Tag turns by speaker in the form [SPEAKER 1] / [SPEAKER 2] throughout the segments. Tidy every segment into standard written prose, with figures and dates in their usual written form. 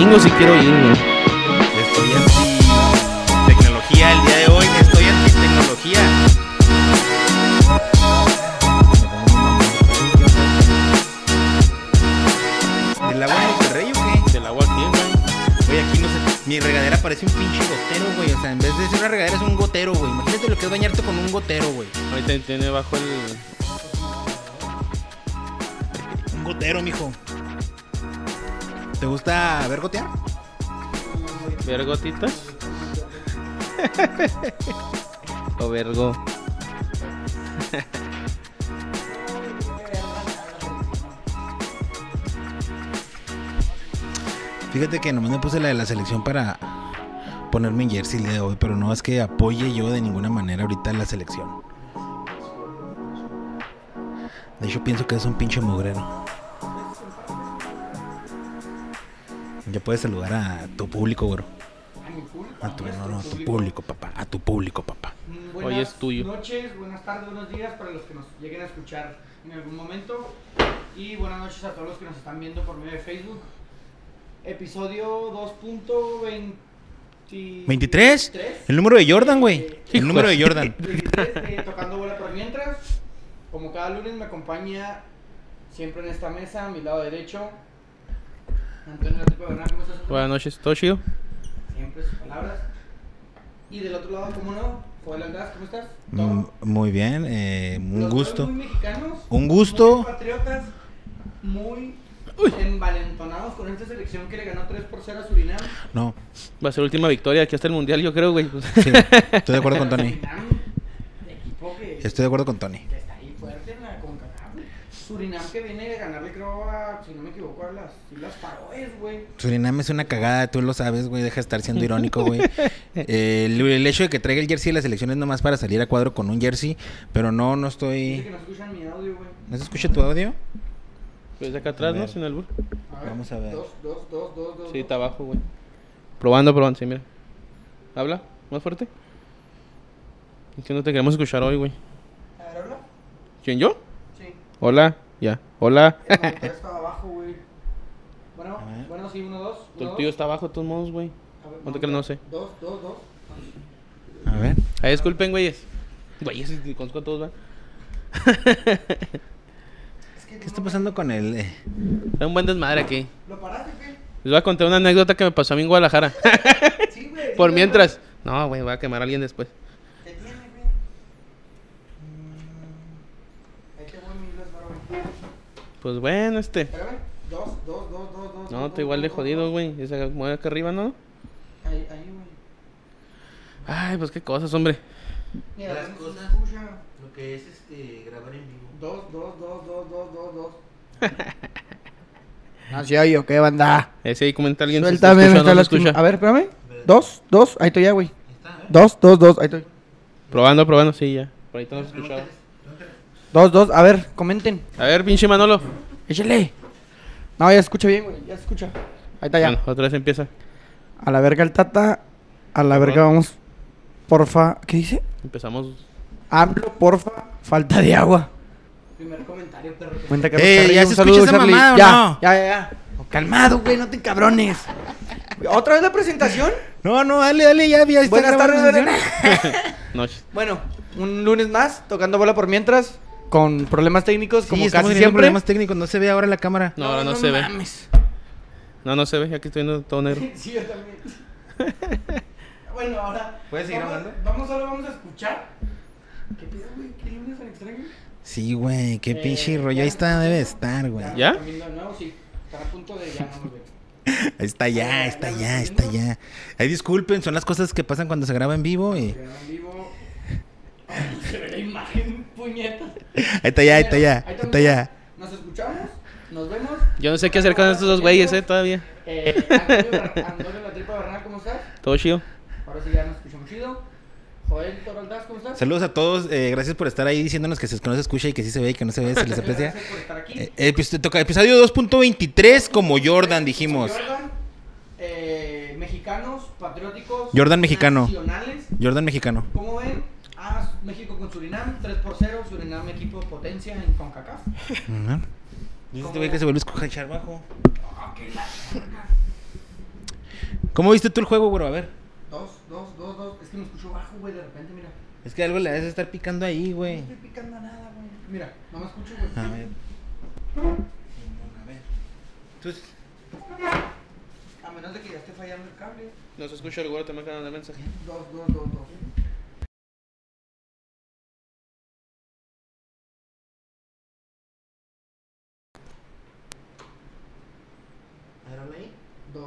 [SPEAKER 1] domingo sí quiero ir, güey.
[SPEAKER 2] Estoy anti-tecnología el día de hoy. Estoy anti-tecnología. ¿Del agua en Monterrey o qué?
[SPEAKER 1] Del agua aquí, güey.
[SPEAKER 2] Oye, aquí no sé. Mi regadera parece un pinche gotero, güey. O sea, en vez de ser una regadera es un gotero, güey. Imagínate lo que es bañarte con un gotero, güey.
[SPEAKER 1] Ahorita tiene bajo el...
[SPEAKER 2] Un gotero, mijo. ¿Te gusta ver gotear?
[SPEAKER 1] ¿Ver gotitas? O vergo.
[SPEAKER 2] Fíjate que nomás me puse la de la selección para ponerme en jersey el día de hoy, pero no es que apoye yo de ninguna manera ahorita la selección. De hecho pienso que es un pinche mugrero. Ya puedes saludar a tu público, güero. A tu público, papá. A tu público, papá.
[SPEAKER 1] Hoy es tuyo.
[SPEAKER 3] Buenas noches, buenas tardes, buenos días para los que nos lleguen a escuchar en algún momento. Y buenas noches a todos los que nos están viendo por medio de Facebook. Episodio 2.20...
[SPEAKER 2] 23. El número de Jordan, güey. El número de Jordan.
[SPEAKER 3] 23, tocando bola por mientras. Como cada lunes me acompaña siempre en esta mesa, a mi lado derecho, Antonio Latripa Bernal. ¿Cómo estás, Antonio?
[SPEAKER 1] Buenas noches, ¿todo chido?
[SPEAKER 3] Siempre sus palabras. Y del otro lado, ¿cómo no? Joel Aldaz, ¿cómo estás? ¿Todo?
[SPEAKER 2] Muy bien, un
[SPEAKER 3] Los
[SPEAKER 2] gusto.
[SPEAKER 3] dos muy mexicanos,
[SPEAKER 2] Un gusto.
[SPEAKER 3] muy patriotas, muy envalentonados con esta selección que le ganó 3-0 a Surinam.
[SPEAKER 2] No,
[SPEAKER 1] Va a ser la última victoria aquí hasta el mundial, yo creo, güey.
[SPEAKER 2] sí, estoy de acuerdo con Tony.
[SPEAKER 3] Surinam, equipo que
[SPEAKER 2] Estoy de acuerdo con Tony.
[SPEAKER 3] está ahí fuerte en la CONCACAF. Surinam que viene de ganarle, creo, si no me equivoco, a las Islas Faroes, güey.
[SPEAKER 2] Surinam es una cagada, tú lo sabes, güey. Deja de estar siendo irónico, güey. El hecho de que traiga el jersey de la selección es nomás para salir a cuadro con un jersey. Pero no
[SPEAKER 3] Dice
[SPEAKER 2] estoy.
[SPEAKER 3] que no escuchan mi audio, güey.
[SPEAKER 2] ¿No se escucha tu audio?
[SPEAKER 1] Pues de acá atrás,
[SPEAKER 2] A ver.
[SPEAKER 1] ¿no? Sin albur.
[SPEAKER 2] Vamos a ver.
[SPEAKER 3] Dos.
[SPEAKER 1] Sí, está abajo, güey. Probando, sí, mira. ¿Habla? ¿Más fuerte? Es que no te queremos escuchar hoy, güey.
[SPEAKER 3] A ver, habla.
[SPEAKER 1] ¿Quién, yo?
[SPEAKER 3] Sí.
[SPEAKER 1] Hola, ya. Hola.
[SPEAKER 3] El monitor estaba abajo, güey. Bueno,
[SPEAKER 2] A ver.
[SPEAKER 3] bueno, sí, 1-2.
[SPEAKER 1] Tu tío está abajo de todos modos, güey. ¿Cuánto que no sé?
[SPEAKER 3] 2.
[SPEAKER 2] A ver.
[SPEAKER 1] Ay, disculpen, güeyes. Güeyes, conozco a todos, ¿va?
[SPEAKER 2] ¿Qué está pasando con el...?
[SPEAKER 1] Hay un buen desmadre aquí.
[SPEAKER 3] ¿Lo paraste o qué?
[SPEAKER 1] Les voy a contar una anécdota que me pasó a mí en Guadalajara.
[SPEAKER 3] Sí, güey.
[SPEAKER 1] Por mientras. No, güey, voy a quemar a alguien después.
[SPEAKER 3] ¿Qué tiene, güey? Ahí te voy, mi Islas Faroe.
[SPEAKER 1] Pues bueno,
[SPEAKER 3] Espérame. 2.
[SPEAKER 1] No, estoy igual de jodido, güey. Esa mueve acá arriba, ¿no?
[SPEAKER 3] Ahí, güey.
[SPEAKER 1] Ay, pues qué cosas, hombre.
[SPEAKER 3] Mira,
[SPEAKER 2] Las
[SPEAKER 3] no se
[SPEAKER 2] cosas.
[SPEAKER 3] escucha.
[SPEAKER 2] Lo que es grabar en vivo.
[SPEAKER 3] 2. Ah, sí, oye, ¿qué banda?
[SPEAKER 1] Ese ahí comenta alguien.
[SPEAKER 3] Suéltame, me está
[SPEAKER 1] no se
[SPEAKER 3] lastimando.
[SPEAKER 1] escucha.
[SPEAKER 3] A ver, espérame. 2. Ahí estoy ya, güey.
[SPEAKER 2] ¿Está?
[SPEAKER 3] 2. Ahí estoy.
[SPEAKER 1] Probando, sí, ya. Por ahí no se escuchaba.
[SPEAKER 3] 2. A ver, comenten.
[SPEAKER 1] A ver, pinche Manolo.
[SPEAKER 3] Échale. No, ya se escucha bien, güey. Ya se escucha. Ahí está ya.
[SPEAKER 1] Bueno, otra vez empieza.
[SPEAKER 3] A la verga el Tata. A la verga vamos. Porfa. ¿Qué dice?
[SPEAKER 1] Empezamos.
[SPEAKER 3] AMLO, porfa. Falta de agua. Primer comentario, perro. Cuenta Carlos
[SPEAKER 2] ¿ya
[SPEAKER 3] Carrillo,
[SPEAKER 2] se
[SPEAKER 3] un
[SPEAKER 2] escucha
[SPEAKER 3] saludo,
[SPEAKER 2] esa
[SPEAKER 3] Charlie.
[SPEAKER 2] mamada o
[SPEAKER 3] Ya,
[SPEAKER 2] no?
[SPEAKER 3] ya. Oh, calmado, güey, no te cabrones. ¿Otra vez la presentación?
[SPEAKER 2] No, dale, ya está.
[SPEAKER 3] Buenas
[SPEAKER 2] grabando
[SPEAKER 3] tardes,
[SPEAKER 2] la
[SPEAKER 3] Verena.
[SPEAKER 1] Noches.
[SPEAKER 3] Bueno, un lunes más, tocando bola por mientras, con problemas técnicos,
[SPEAKER 2] selección.
[SPEAKER 3] como
[SPEAKER 2] Sí, estamos
[SPEAKER 3] casi
[SPEAKER 2] teniendo
[SPEAKER 3] siempre.
[SPEAKER 2] problemas técnicos. No se ve ahora la cámara.
[SPEAKER 1] No, ahora no se ve.
[SPEAKER 3] Mames.
[SPEAKER 1] No se ve. Aquí estoy viendo todo negro.
[SPEAKER 3] Sí, yo también. Bueno, ahora.
[SPEAKER 2] ¿Puedes seguir
[SPEAKER 3] vamos-
[SPEAKER 2] hablando?
[SPEAKER 3] Solo vamos a escuchar. ¿Qué pedo, güey? ¿Qué lunes tan extraño?
[SPEAKER 2] Sí, güey. Qué pinche rollo. Ahí está, debe estar, güey.
[SPEAKER 1] ¿Ya?
[SPEAKER 3] Camino de nuevo, sí. Están a punto de ya no nos ven.
[SPEAKER 2] Ahí está ya. Ay, disculpen, son las cosas que pasan cuando se graba en vivo y...
[SPEAKER 3] Quedaron en vivo. Ay, se ve la imagen, puñetas.
[SPEAKER 2] Ahí está ya.
[SPEAKER 3] Nos escuchamos, nos vemos.
[SPEAKER 1] Yo no sé qué hacer con estos dos güeyes, todavía.
[SPEAKER 3] Antonio Latripa Bernal, ¿cómo estás?
[SPEAKER 1] Todo chido.
[SPEAKER 3] Ahora sí ya nos escuchamos chido. Joel Toro Aldaz, ¿cómo estás?
[SPEAKER 2] Saludos a todos, gracias por estar ahí diciéndonos que no se escucha y que sí se ve y que no se ve, se les aprecia.
[SPEAKER 3] Gracias por estar aquí.
[SPEAKER 2] Toca episodio 2.23 como Jordan, dijimos.
[SPEAKER 3] Jordan, mexicanos, patrióticos.
[SPEAKER 2] Jordan mexicano.
[SPEAKER 3] Nacionales.
[SPEAKER 2] Jordan mexicano.
[SPEAKER 3] ¿Cómo ven? México con Surinam, 3-0. Surinam, equipo de potencia en CONCACAF.
[SPEAKER 2] Dice este güey que se vuelve a escuchar bajo.
[SPEAKER 3] Ah, qué la verga.
[SPEAKER 2] ¿Cómo viste tú el juego, güey? A ver.
[SPEAKER 3] 2. Es que me escucho bajo, güey, de repente, mira.
[SPEAKER 2] Es que algo le debes estar picando ahí,
[SPEAKER 3] No
[SPEAKER 2] güey.
[SPEAKER 3] estoy picando nada, güey. Mira, no me escucho, güey.
[SPEAKER 2] A ver. A ver. Entonces,
[SPEAKER 3] A menos de que ya esté fallando el cable.
[SPEAKER 1] No se escucha el güero, te mandan el mensaje.
[SPEAKER 3] 2.
[SPEAKER 2] a ver, habla ahí.
[SPEAKER 3] 2.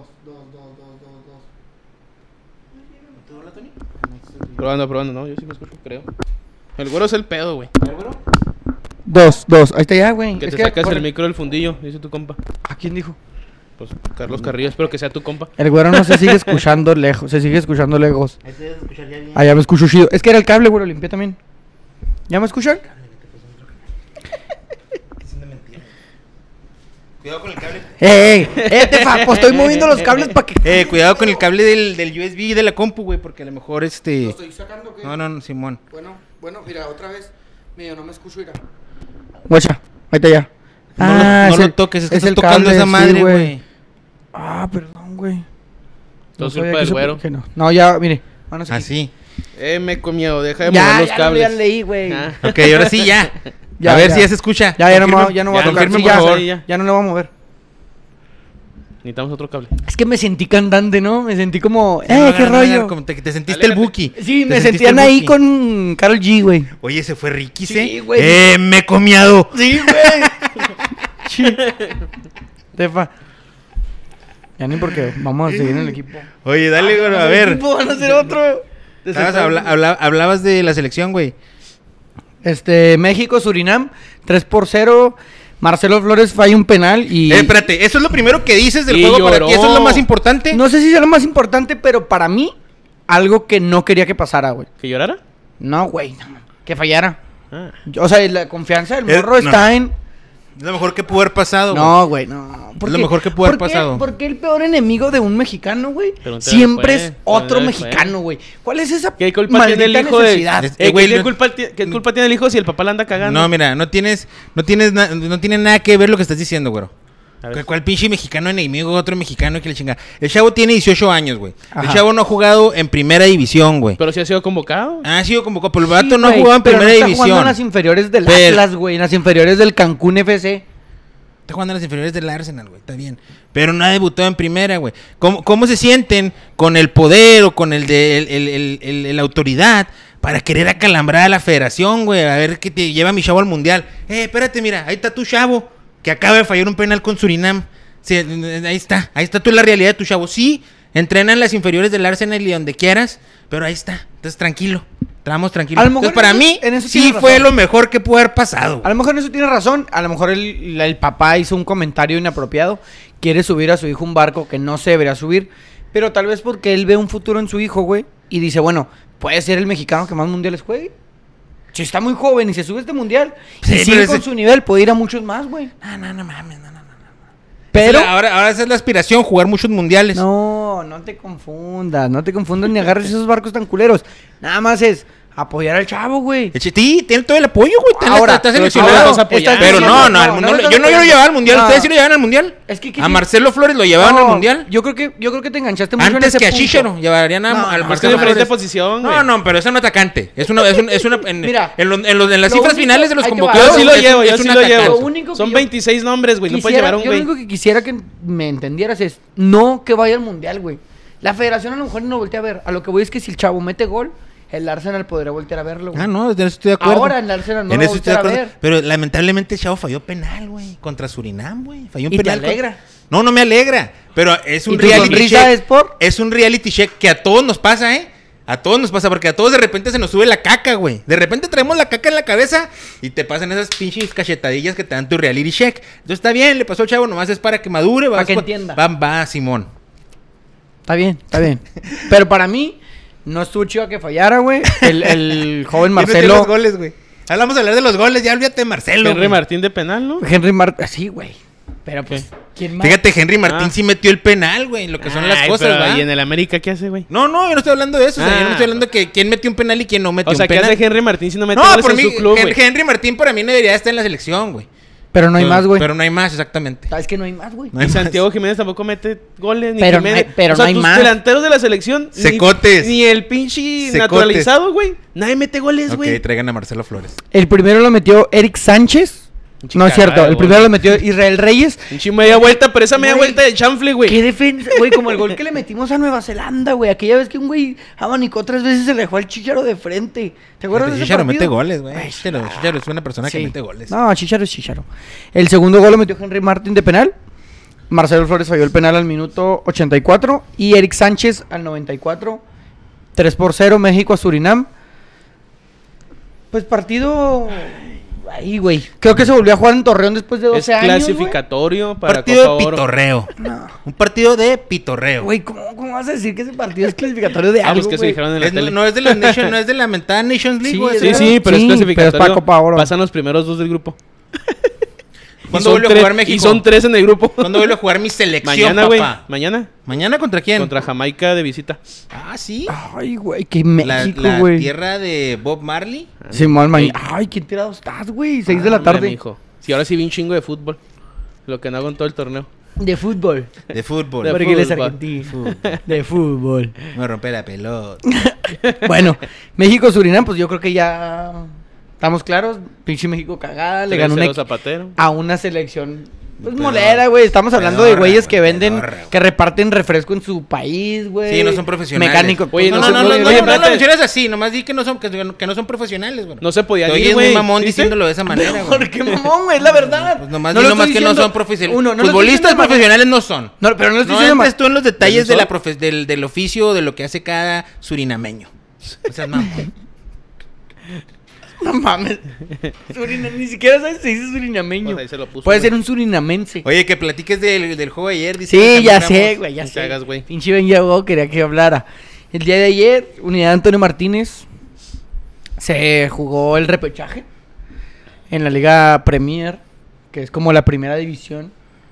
[SPEAKER 2] ¿Te habla, Tony?
[SPEAKER 1] Probando, no, yo sí me escucho, creo. El güero es el pedo, güey.
[SPEAKER 2] A ver, güero.
[SPEAKER 3] 2. Ahí está ya, güey.
[SPEAKER 1] Que
[SPEAKER 3] Es
[SPEAKER 1] te sacas
[SPEAKER 3] corre.
[SPEAKER 1] el micro del fundillo, dice tu compa.
[SPEAKER 3] ¿A quién dijo?
[SPEAKER 1] Pues Carlos Carrillo, espero que sea tu compa.
[SPEAKER 3] El güero no se sigue escuchando lejos, se sigue escuchando lejos.
[SPEAKER 2] Ahí se debe escuchar ya bien.
[SPEAKER 3] Ah, ya me escucho chido. Es que era el cable, güey, lo limpié también. ¿Ya me escuchan?
[SPEAKER 2] Es una mentira. Cuidado con el cable.
[SPEAKER 3] Tefa, pues estoy moviendo los cables para que...
[SPEAKER 2] Cuidado con el cable del USB de la compu, güey, porque a lo mejor
[SPEAKER 3] ¿Lo estoy sacando o qué?
[SPEAKER 2] No, Simón.
[SPEAKER 3] Bueno, mira, otra vez. Mira, no me escucho, mira. Guacha, ahí está ya.
[SPEAKER 2] No lo toques, es que estás tocando esa madre, güey.
[SPEAKER 3] Ah, perdón, güey.
[SPEAKER 1] Todo
[SPEAKER 3] sabía
[SPEAKER 1] culpa
[SPEAKER 3] que
[SPEAKER 1] del güero.
[SPEAKER 3] que no. No, ya, mire. Manos aquí.
[SPEAKER 2] Así.
[SPEAKER 1] Me comió, deja de mover los cables.
[SPEAKER 3] Ya leí, güey.
[SPEAKER 1] Ah.
[SPEAKER 2] Ok, ahora sí, ya.
[SPEAKER 3] Ya,
[SPEAKER 2] a ver
[SPEAKER 3] ya.
[SPEAKER 2] si ya se escucha.
[SPEAKER 3] Ya no,
[SPEAKER 2] Confirmen.
[SPEAKER 3] ya no voy a
[SPEAKER 1] Ya,
[SPEAKER 3] tocar.
[SPEAKER 1] confirmen,
[SPEAKER 3] Sí,
[SPEAKER 1] por
[SPEAKER 3] ya,
[SPEAKER 1] favor.
[SPEAKER 3] ya no le voy a mover.
[SPEAKER 1] Necesitamos otro cable.
[SPEAKER 3] Es que me sentí cantante, ¿no? Me sentí como...
[SPEAKER 2] No,
[SPEAKER 3] qué
[SPEAKER 2] no, no,
[SPEAKER 3] rollo.
[SPEAKER 2] como te sentiste
[SPEAKER 1] Aléjate.
[SPEAKER 2] el Buki.
[SPEAKER 3] Sí,
[SPEAKER 2] Te
[SPEAKER 3] me
[SPEAKER 2] sentiste
[SPEAKER 3] sentían
[SPEAKER 2] el
[SPEAKER 3] ahí
[SPEAKER 2] Buki.
[SPEAKER 3] con Karol G, güey.
[SPEAKER 2] Oye, se fue Ricky,
[SPEAKER 3] Sí, güey.
[SPEAKER 2] me he comiado.
[SPEAKER 3] Sí, güey. Tefa. Ya ni porque vamos a seguir en el equipo.
[SPEAKER 2] Oye, dale, güey, a
[SPEAKER 3] El
[SPEAKER 2] ver.
[SPEAKER 3] equipo van a hacer otro.
[SPEAKER 2] Hablabas de la selección, güey.
[SPEAKER 3] México, Surinam, 3-0. Marcelo Flores falla un penal y...
[SPEAKER 2] Espérate, ¿eso es lo primero que dices del
[SPEAKER 1] Sí,
[SPEAKER 2] juego para
[SPEAKER 1] lloró.
[SPEAKER 2] ti? ¿Eso es lo más importante?
[SPEAKER 3] No sé si sea lo más importante, pero para mí, algo que no quería que pasara, güey.
[SPEAKER 1] ¿Que llorara?
[SPEAKER 3] No, güey, no, que fallara.
[SPEAKER 1] Ah.
[SPEAKER 3] O sea, la confianza del
[SPEAKER 2] Es-
[SPEAKER 3] morro
[SPEAKER 2] no.
[SPEAKER 3] está en...
[SPEAKER 2] Es lo mejor que pudo haber pasado, güey.
[SPEAKER 3] No, güey, no.
[SPEAKER 2] Es lo mejor que pudo haber pasado.
[SPEAKER 3] Porque el peor enemigo de un mexicano, güey,
[SPEAKER 1] Pregúntale
[SPEAKER 3] siempre
[SPEAKER 1] después,
[SPEAKER 3] es otro
[SPEAKER 1] pregúntale después.
[SPEAKER 3] mexicano, güey. ¿Cuál es esa
[SPEAKER 1] ¿Qué culpa tiene el
[SPEAKER 3] maldita
[SPEAKER 1] hijo de...?
[SPEAKER 3] necesidad?
[SPEAKER 2] Güey,
[SPEAKER 1] ¿Qué
[SPEAKER 2] no-
[SPEAKER 1] culpa tiene el hijo si el papá la anda cagando?
[SPEAKER 2] No, mira, no tiene nada que ver lo que estás diciendo, güey.
[SPEAKER 1] A ver.
[SPEAKER 2] ¿Cuál pinche mexicano enemigo? Otro mexicano que le chinga. El chavo tiene 18 años, güey. El
[SPEAKER 3] Ajá.
[SPEAKER 2] chavo no ha jugado en primera división, güey.
[SPEAKER 1] Pero si ha sido convocado.
[SPEAKER 2] Ha sido convocado, pero el vato
[SPEAKER 3] Sí,
[SPEAKER 2] no ha
[SPEAKER 3] güey,
[SPEAKER 2] jugado en
[SPEAKER 3] pero
[SPEAKER 2] primera
[SPEAKER 3] no está jugando
[SPEAKER 2] división.
[SPEAKER 3] en las inferiores del
[SPEAKER 2] Pero-
[SPEAKER 3] Atlas, güey, en las inferiores del Cancún FC.
[SPEAKER 2] Está jugando en las inferiores del Arsenal, güey. Está bien. Pero no ha debutado en primera, güey. ¿Cómo se sienten con el poder o con la autoridad para querer acalambrar a la federación, güey? A ver qué te lleva mi chavo al mundial. Espérate, mira, ahí está tu chavo que acaba de fallar un penal con Surinam. Sí, ahí está tú la realidad de tu chavo. Sí, entrena en las inferiores del Arsenal y donde quieras, pero ahí está. Entonces, tranquilo. Estamos tranquilos.
[SPEAKER 3] A lo mejor
[SPEAKER 2] Entonces, para
[SPEAKER 3] en
[SPEAKER 2] mí,
[SPEAKER 3] eso
[SPEAKER 2] sí
[SPEAKER 3] tienes
[SPEAKER 2] fue
[SPEAKER 3] razón.
[SPEAKER 2] lo mejor que pudo haber pasado.
[SPEAKER 3] A lo mejor en eso tiene razón. A lo mejor el papá hizo un comentario inapropiado. Quiere subir a su hijo un barco que no se debería subir. Pero tal vez porque él ve un futuro en su hijo, güey. Y dice, bueno, puede ser el mexicano que más mundiales juegue. Si está muy joven y se sube a este mundial,
[SPEAKER 2] Sí,
[SPEAKER 3] y
[SPEAKER 2] pero
[SPEAKER 3] sigue
[SPEAKER 2] ese-
[SPEAKER 3] con su nivel, puede ir a muchos más, güey.
[SPEAKER 2] No mames, no.
[SPEAKER 3] Pero...
[SPEAKER 2] Ahora esa es la aspiración, jugar muchos mundiales.
[SPEAKER 3] No te confundas ni agarres esos barcos tan culeros. Nada más es apoyar al chavo, güey.
[SPEAKER 2] Sí, tiene todo el apoyo, güey.
[SPEAKER 3] Ahora,
[SPEAKER 2] está
[SPEAKER 1] pero
[SPEAKER 2] seleccionado.
[SPEAKER 1] si no lo vas a apoyar.
[SPEAKER 2] Pero
[SPEAKER 3] diciendo-
[SPEAKER 2] no, al
[SPEAKER 3] no
[SPEAKER 2] mundial.
[SPEAKER 3] lo estás
[SPEAKER 2] Yo no lo
[SPEAKER 3] apoyando.
[SPEAKER 2] llevaba al mundial.
[SPEAKER 3] No.
[SPEAKER 2] ¿Ustedes sí lo llevaban al mundial?
[SPEAKER 3] Es que
[SPEAKER 2] A Marcelo Flores lo llevaban
[SPEAKER 3] No,
[SPEAKER 2] al mundial.
[SPEAKER 3] Yo creo que te enganchaste mucho en
[SPEAKER 2] Antes
[SPEAKER 3] ese
[SPEAKER 2] que a
[SPEAKER 3] punto.
[SPEAKER 2] Chicharo llevarían
[SPEAKER 3] No,
[SPEAKER 2] al
[SPEAKER 3] no,
[SPEAKER 1] Es que
[SPEAKER 2] Marcelo
[SPEAKER 1] es diferente
[SPEAKER 2] Flores.
[SPEAKER 1] posición, güey.
[SPEAKER 2] No, pero es un atacante. Es una
[SPEAKER 3] Mira,
[SPEAKER 2] en las
[SPEAKER 3] lo
[SPEAKER 2] cifras
[SPEAKER 3] único-
[SPEAKER 2] finales de los
[SPEAKER 3] ahí te va.
[SPEAKER 2] convocados.
[SPEAKER 1] Yo sí lo
[SPEAKER 2] es-
[SPEAKER 1] llevo,
[SPEAKER 2] es
[SPEAKER 1] yo
[SPEAKER 2] un
[SPEAKER 1] sí lo
[SPEAKER 2] atacante.
[SPEAKER 1] llevo.
[SPEAKER 3] Lo único que
[SPEAKER 1] Son
[SPEAKER 3] yo
[SPEAKER 1] 26 nombres, güey. No puedes llevar a un
[SPEAKER 3] Yo lo
[SPEAKER 1] güey.
[SPEAKER 3] único que quisiera que me entendieras es no que vaya al mundial, güey. La federación a lo mejor no voltea a ver. A lo que voy es que si el chavo mete gol, el Arsenal podría voltear a verlo, güey.
[SPEAKER 2] No, en eso estoy de acuerdo.
[SPEAKER 3] Ahora el Arsenal no
[SPEAKER 2] En
[SPEAKER 3] lo
[SPEAKER 2] eso estoy de
[SPEAKER 3] voltea a
[SPEAKER 2] acuerdo.
[SPEAKER 3] ver.
[SPEAKER 2] Pero lamentablemente el chavo falló penal, güey. Contra Surinam, güey. Falló un
[SPEAKER 3] ¿Y te
[SPEAKER 2] penal.
[SPEAKER 3] alegra?
[SPEAKER 2] No me alegra. Pero es un
[SPEAKER 3] ¿Y tu
[SPEAKER 2] reality
[SPEAKER 3] sonrisa
[SPEAKER 2] check.
[SPEAKER 3] es por?
[SPEAKER 2] Es un reality check que a todos nos pasa, ¿eh? A todos nos pasa, porque a todos de repente se nos sube la caca, güey. De repente traemos la caca en la cabeza y te pasan esas pinches cachetadillas que te dan tu reality check. Entonces está bien, le pasó al chavo, nomás es para que madure.
[SPEAKER 3] Para que entienda.
[SPEAKER 2] Va, Simón.
[SPEAKER 3] Está bien. Pero para mí, no estuvo chido que fallara, güey. El joven
[SPEAKER 2] ¿Quién metió
[SPEAKER 3] Marcelo.
[SPEAKER 2] los goles, güey? Vamos a hablar de los goles, ya olvídate de Marcelo.
[SPEAKER 1] Henry
[SPEAKER 2] güey.
[SPEAKER 1] Martín de penal, ¿no?
[SPEAKER 3] Henry Martín. Sí, güey. Pero pues, ¿quién más?
[SPEAKER 2] Fíjate, Henry Martín
[SPEAKER 1] Ah.
[SPEAKER 2] sí metió el penal, güey, lo que son las
[SPEAKER 1] Ay,
[SPEAKER 2] cosas,
[SPEAKER 1] pero,
[SPEAKER 2] ¿verdad?
[SPEAKER 1] ¿y en el América qué hace, güey?
[SPEAKER 2] No, yo no estoy hablando de eso. O sea, yo no
[SPEAKER 1] Ah,
[SPEAKER 2] estoy hablando de que quién metió un penal y quién no metió
[SPEAKER 1] O sea,
[SPEAKER 2] un
[SPEAKER 1] ¿qué
[SPEAKER 2] penal.
[SPEAKER 1] hace Henry Martín si no mete
[SPEAKER 2] No,
[SPEAKER 1] goles
[SPEAKER 2] por
[SPEAKER 1] en
[SPEAKER 2] mí,
[SPEAKER 1] su club, güey?
[SPEAKER 2] Henry Martín para mí no debería estar en la selección, güey.
[SPEAKER 3] Pero no hay más, güey.
[SPEAKER 2] Pero no hay más, exactamente.
[SPEAKER 3] ¿Sabes que no hay más, güey?
[SPEAKER 2] No hay
[SPEAKER 1] Y
[SPEAKER 2] más.
[SPEAKER 1] Santiago Jiménez tampoco mete goles. Ni
[SPEAKER 3] Pero no
[SPEAKER 1] Jiménez.
[SPEAKER 3] hay- pero
[SPEAKER 1] o sea,
[SPEAKER 3] no hay
[SPEAKER 1] tus
[SPEAKER 3] más.
[SPEAKER 1] delanteros de la selección.
[SPEAKER 2] Secotes.
[SPEAKER 1] Ni el pinche
[SPEAKER 2] Secotes.
[SPEAKER 1] naturalizado, güey. Nadie mete goles,
[SPEAKER 2] Ok,
[SPEAKER 1] güey.
[SPEAKER 2] traigan a Marcelo Flores.
[SPEAKER 3] El primero lo metió Eric Sánchez.
[SPEAKER 1] Pinche
[SPEAKER 3] No es
[SPEAKER 1] cagada
[SPEAKER 3] cierto.
[SPEAKER 1] de
[SPEAKER 3] El
[SPEAKER 1] gol.
[SPEAKER 3] primero lo metió Israel Reyes.
[SPEAKER 1] Pinche media vuelta, pero esa media
[SPEAKER 3] Güey.
[SPEAKER 1] vuelta de chanfle, güey.
[SPEAKER 3] Qué defensa, güey, como el gol que le metimos a Nueva Zelanda, güey. Aquella vez que un güey abanicó 3 veces y se le dejó al Chicharo de frente. ¿Te acuerdas de ese
[SPEAKER 2] Chicharo
[SPEAKER 3] partido?
[SPEAKER 2] mete goles, güey.
[SPEAKER 3] Ay,
[SPEAKER 2] Chicharo es una persona que
[SPEAKER 3] Sí.
[SPEAKER 2] mete goles.
[SPEAKER 3] No, Chicharo es Chicharo. El segundo gol lo metió Henry Martin de penal. Marcelo Flores falló el penal al minuto 84. Y Eric Sánchez al 94. 3-0 México a Surinam. Pues partido... Ahí, güey. Creo que se volvió a jugar en Torreón después de 12
[SPEAKER 1] Es
[SPEAKER 3] años, güey.
[SPEAKER 1] clasificatorio para
[SPEAKER 2] Partido
[SPEAKER 1] Copa
[SPEAKER 2] de
[SPEAKER 1] Oro.
[SPEAKER 2] pitorreo.
[SPEAKER 3] No.
[SPEAKER 2] Un partido de pitorreo.
[SPEAKER 3] Güey, ¿cómo vas a decir que ese partido es clasificatorio de
[SPEAKER 1] Ah,
[SPEAKER 3] algo,
[SPEAKER 1] pues que se
[SPEAKER 3] güey?
[SPEAKER 1] dijeron en la tele.
[SPEAKER 2] No es de la Nation, no es de la mentada Nations League,
[SPEAKER 3] Sí,
[SPEAKER 2] güey.
[SPEAKER 1] Sí,
[SPEAKER 3] ¿verdad?
[SPEAKER 1] sí, pero
[SPEAKER 3] Sí,
[SPEAKER 1] es
[SPEAKER 3] pero es
[SPEAKER 1] clasificatorio.
[SPEAKER 3] para Copa Oro.
[SPEAKER 1] Pasan los primeros 2 del grupo.
[SPEAKER 2] ¿Cuándo
[SPEAKER 1] Y son
[SPEAKER 2] vuelve a
[SPEAKER 1] tres-
[SPEAKER 2] jugar México?
[SPEAKER 1] Y son 3 en el grupo.
[SPEAKER 2] ¿Cuándo vuelve a jugar mi selección,
[SPEAKER 1] Mañana, güey.
[SPEAKER 2] papá?
[SPEAKER 1] Mañana.
[SPEAKER 2] ¿Mañana contra quién?
[SPEAKER 1] Contra Jamaica de visita.
[SPEAKER 2] Ah, sí.
[SPEAKER 3] Ay, güey, qué
[SPEAKER 2] La,
[SPEAKER 3] México,
[SPEAKER 2] la
[SPEAKER 3] güey.
[SPEAKER 2] tierra de Bob Marley.
[SPEAKER 3] Simón,
[SPEAKER 1] Ey.
[SPEAKER 3] Ay, qué tirado estás, güey. 6 de la
[SPEAKER 1] Hombre,
[SPEAKER 3] tarde.
[SPEAKER 1] mijo. Sí, ahora sí vi un chingo de fútbol. Lo que no hago en todo el torneo.
[SPEAKER 3] De fútbol.
[SPEAKER 2] De fútbol.
[SPEAKER 1] De
[SPEAKER 3] Porque él es
[SPEAKER 1] fútbol.
[SPEAKER 3] argentino. De fútbol.
[SPEAKER 2] Me rompe la pelota.
[SPEAKER 3] Bueno, México-Surinam, pues yo creo que ya estamos claros. Pinche México cagada. Le ganó
[SPEAKER 1] 3-0
[SPEAKER 3] una,
[SPEAKER 1] Zapatero.
[SPEAKER 3] a una selección. Pues
[SPEAKER 2] Pedorra.
[SPEAKER 3] molera, güey. Estamos hablando de
[SPEAKER 2] Pedorra,
[SPEAKER 3] güeyes que
[SPEAKER 2] güey,
[SPEAKER 3] venden,
[SPEAKER 2] pedorra, güey.
[SPEAKER 3] que reparten refresco en su país, güey.
[SPEAKER 2] Sí, no son profesionales.
[SPEAKER 3] Mecánicos.
[SPEAKER 1] Oye,
[SPEAKER 2] No,
[SPEAKER 1] no
[SPEAKER 2] no,
[SPEAKER 1] se
[SPEAKER 2] no, no,
[SPEAKER 1] puede-
[SPEAKER 2] no,
[SPEAKER 1] oye,
[SPEAKER 2] no, no lo
[SPEAKER 1] espérate.
[SPEAKER 2] menciones así. Nomás di que no son, que no son profesionales, güey.
[SPEAKER 1] No se podían
[SPEAKER 2] Te
[SPEAKER 1] ir,
[SPEAKER 2] oyes
[SPEAKER 1] güey.
[SPEAKER 2] muy mamón
[SPEAKER 1] ¿Viste?
[SPEAKER 2] diciéndolo de esa manera, güey.
[SPEAKER 3] ¿Por qué mamón, güey? Es la verdad.
[SPEAKER 2] Pues nomás
[SPEAKER 3] No
[SPEAKER 2] di
[SPEAKER 3] lo
[SPEAKER 2] nomás
[SPEAKER 3] estoy
[SPEAKER 2] que no
[SPEAKER 3] diciendo-
[SPEAKER 2] son profesionales.
[SPEAKER 3] Uno, no lo estoy
[SPEAKER 2] Futbolistas
[SPEAKER 3] diciendo de
[SPEAKER 2] profesionales no son.
[SPEAKER 3] No, pero no lo estoy
[SPEAKER 2] No
[SPEAKER 3] diciendo
[SPEAKER 2] entres tú en los detalles de
[SPEAKER 1] ¿Quién
[SPEAKER 2] la del oficio de lo que hace cada surinameño. O sea, mamón.
[SPEAKER 3] No mames. Ni siquiera sabes si dice surinameño.
[SPEAKER 1] Pues ahí se lo puso,
[SPEAKER 3] Puede
[SPEAKER 1] güey.
[SPEAKER 3] ser un surinamense.
[SPEAKER 2] Oye, que platiques del juego de ayer. dice
[SPEAKER 3] Sí,
[SPEAKER 2] Camilo
[SPEAKER 3] ya
[SPEAKER 2] Ramos.
[SPEAKER 3] sé, güey, ya
[SPEAKER 1] No te
[SPEAKER 3] sé.
[SPEAKER 1] hagas, güey.
[SPEAKER 3] Pinche Ben llegó, quería que hablara. El día de ayer, Unidad Antonio Martínez se jugó el repechaje en la Liga Premier, que es como la primera división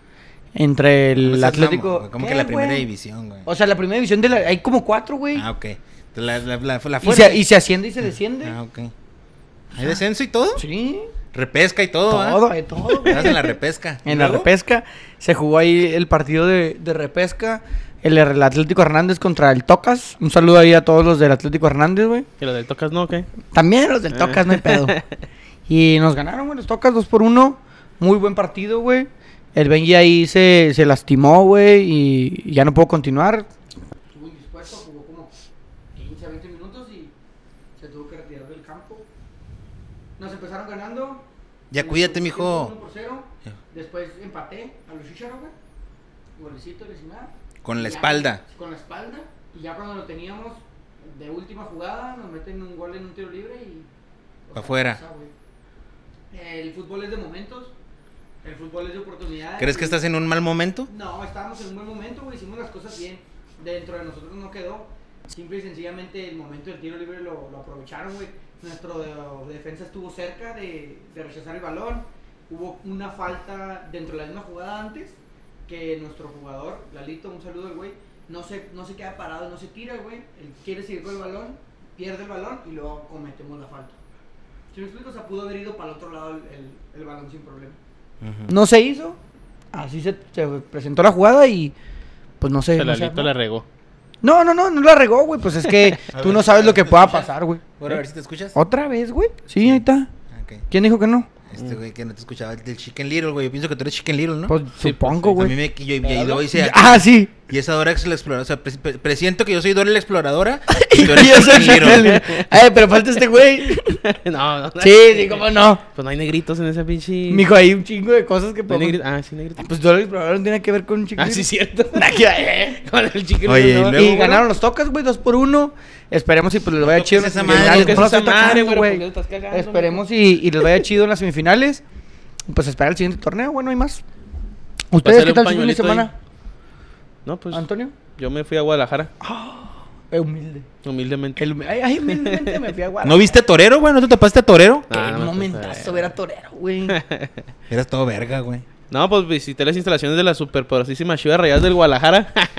[SPEAKER 3] entre
[SPEAKER 2] No
[SPEAKER 3] el
[SPEAKER 2] seas
[SPEAKER 3] Atlético.
[SPEAKER 2] mamón, güey, ¿Cómo
[SPEAKER 3] ¿Qué,
[SPEAKER 2] que la primera
[SPEAKER 3] güey?
[SPEAKER 2] división, güey?
[SPEAKER 3] O sea, la primera división de la. Hay como 4, güey.
[SPEAKER 2] Ah, ok. La
[SPEAKER 3] y, se asciende y se desciende.
[SPEAKER 2] Ah, ok. ¿Hay descenso y todo?
[SPEAKER 3] Sí.
[SPEAKER 2] Repesca y todo,
[SPEAKER 3] Todo, hay todo, güey.
[SPEAKER 2] Estás en la repesca.
[SPEAKER 3] En
[SPEAKER 2] ¿Y
[SPEAKER 3] la
[SPEAKER 2] luego?
[SPEAKER 3] repesca. Se jugó ahí el partido de repesca. El Atlético Hernández contra el Tocas. Un saludo ahí a todos los del Atlético Hernández, güey.
[SPEAKER 1] ¿Y lo del Tocas no o qué?
[SPEAKER 3] También los del Tocas, no hay pedo. Y nos ganaron, güey, los Tocas 2-1. Muy buen partido, güey. El Benji ahí se lastimó, güey, y ya no pudo continuar. Estuvo indispuesto, jugó como 15 a 20 minutos y se tuvo que retirar del campo. Nos empezaron ganando.
[SPEAKER 2] Ya cuídate, mijo.
[SPEAKER 3] 1-0. Después empaté a los Chicharo, güey. Golecito de nada.
[SPEAKER 2] Con la
[SPEAKER 3] Y ya,
[SPEAKER 2] espalda.
[SPEAKER 3] Con la espalda. Y ya cuando lo teníamos de última jugada, nos meten un gol en un tiro libre y.
[SPEAKER 2] Pa' afuera.
[SPEAKER 3] pasa, güey. El fútbol es de momentos. El fútbol es de oportunidades.
[SPEAKER 2] ¿Crees que estás en un mal momento?
[SPEAKER 3] No, estábamos en un buen momento, güey. Hicimos las cosas bien. Dentro de nosotros no quedó. Simple y sencillamente el momento del tiro libre lo aprovecharon, güey. Nuestro defensa estuvo cerca de rechazar el balón. Hubo una falta dentro de la misma jugada antes que nuestro jugador, Lalito, un saludo al güey, no se queda parado, no se tira, güey. Él quiere seguir con el balón, pierde el balón y luego cometemos la falta. Si me explico, o sea, pudo haber ido para el otro lado el balón sin problema. No se hizo, así se presentó la jugada y pues no sé.
[SPEAKER 1] El
[SPEAKER 3] no sé,
[SPEAKER 1] Lalito
[SPEAKER 3] ¿no?
[SPEAKER 1] la regó.
[SPEAKER 3] No la regó, güey, pues es que tú no sabes lo que pueda pasar, güey.
[SPEAKER 2] Bueno, a ver si te escuchas.
[SPEAKER 3] ¿Otra vez, güey? Sí, ahí está.
[SPEAKER 2] Ah, ok.
[SPEAKER 3] ¿Quién dijo que no?
[SPEAKER 2] Este güey que no te escuchaba del Chicken Little, güey. Yo pienso que tú eres Chicken Little, ¿no?
[SPEAKER 3] Pues
[SPEAKER 1] Sí,
[SPEAKER 3] supongo,
[SPEAKER 2] a mí
[SPEAKER 3] güey.
[SPEAKER 2] yo hice
[SPEAKER 3] Ah, sí.
[SPEAKER 2] y esa Dora es la exploradora. O sea, presiento que yo soy Dora la exploradora
[SPEAKER 3] Y
[SPEAKER 2] y tú eres
[SPEAKER 3] yo soy
[SPEAKER 2] Chicken Little.
[SPEAKER 3] Chicken Little. Ay, pero falta este güey.
[SPEAKER 1] No,
[SPEAKER 3] Sí, cómo no.
[SPEAKER 1] Pues no hay negritos en ese pinche.
[SPEAKER 3] Mijo, hay un chingo de cosas que
[SPEAKER 1] No hay
[SPEAKER 3] podemos...
[SPEAKER 1] negritos. Ah, sí, negritos.
[SPEAKER 3] Pues todo el explorador no tiene que ver con un chico.
[SPEAKER 1] Ah, sí, cierto.
[SPEAKER 3] Y
[SPEAKER 1] Con el chicken.
[SPEAKER 2] Oye,
[SPEAKER 1] no.
[SPEAKER 2] y luego,
[SPEAKER 3] ganaron los Tocas, güey, 2-1. Esperemos y pues les vaya
[SPEAKER 2] toques
[SPEAKER 3] chido en
[SPEAKER 2] esa
[SPEAKER 3] las
[SPEAKER 2] madre,
[SPEAKER 3] semifinales.
[SPEAKER 2] toques
[SPEAKER 3] No lo
[SPEAKER 1] esa
[SPEAKER 3] estoy
[SPEAKER 1] madre,
[SPEAKER 3] tocando,
[SPEAKER 1] güey,
[SPEAKER 3] güey.
[SPEAKER 1] ¿por qué lo estás cagando,
[SPEAKER 3] Esperemos y les vaya chido en las semifinales. Pues esperar el siguiente torneo, bueno, hay más. ¿Ustedes
[SPEAKER 1] Pásale
[SPEAKER 3] qué tal
[SPEAKER 1] un
[SPEAKER 3] su fin de
[SPEAKER 1] pañuelito
[SPEAKER 3] semana,
[SPEAKER 1] ahí. No, pues.
[SPEAKER 3] Antonio?
[SPEAKER 1] Yo me fui a Guadalajara.
[SPEAKER 3] Humilde.
[SPEAKER 1] Humildemente.
[SPEAKER 3] Ay, humildemente me fui a Guadalajara.
[SPEAKER 2] ¿No viste a Torero, güey? ¿No te topaste a Torero?
[SPEAKER 3] Qué
[SPEAKER 1] Ah, no,
[SPEAKER 3] momentazo ver a Torero, güey.
[SPEAKER 2] Eras todo verga, güey.
[SPEAKER 1] No, pues visité las instalaciones de la superpoderosísima Chivas Rayadas del Guadalajara.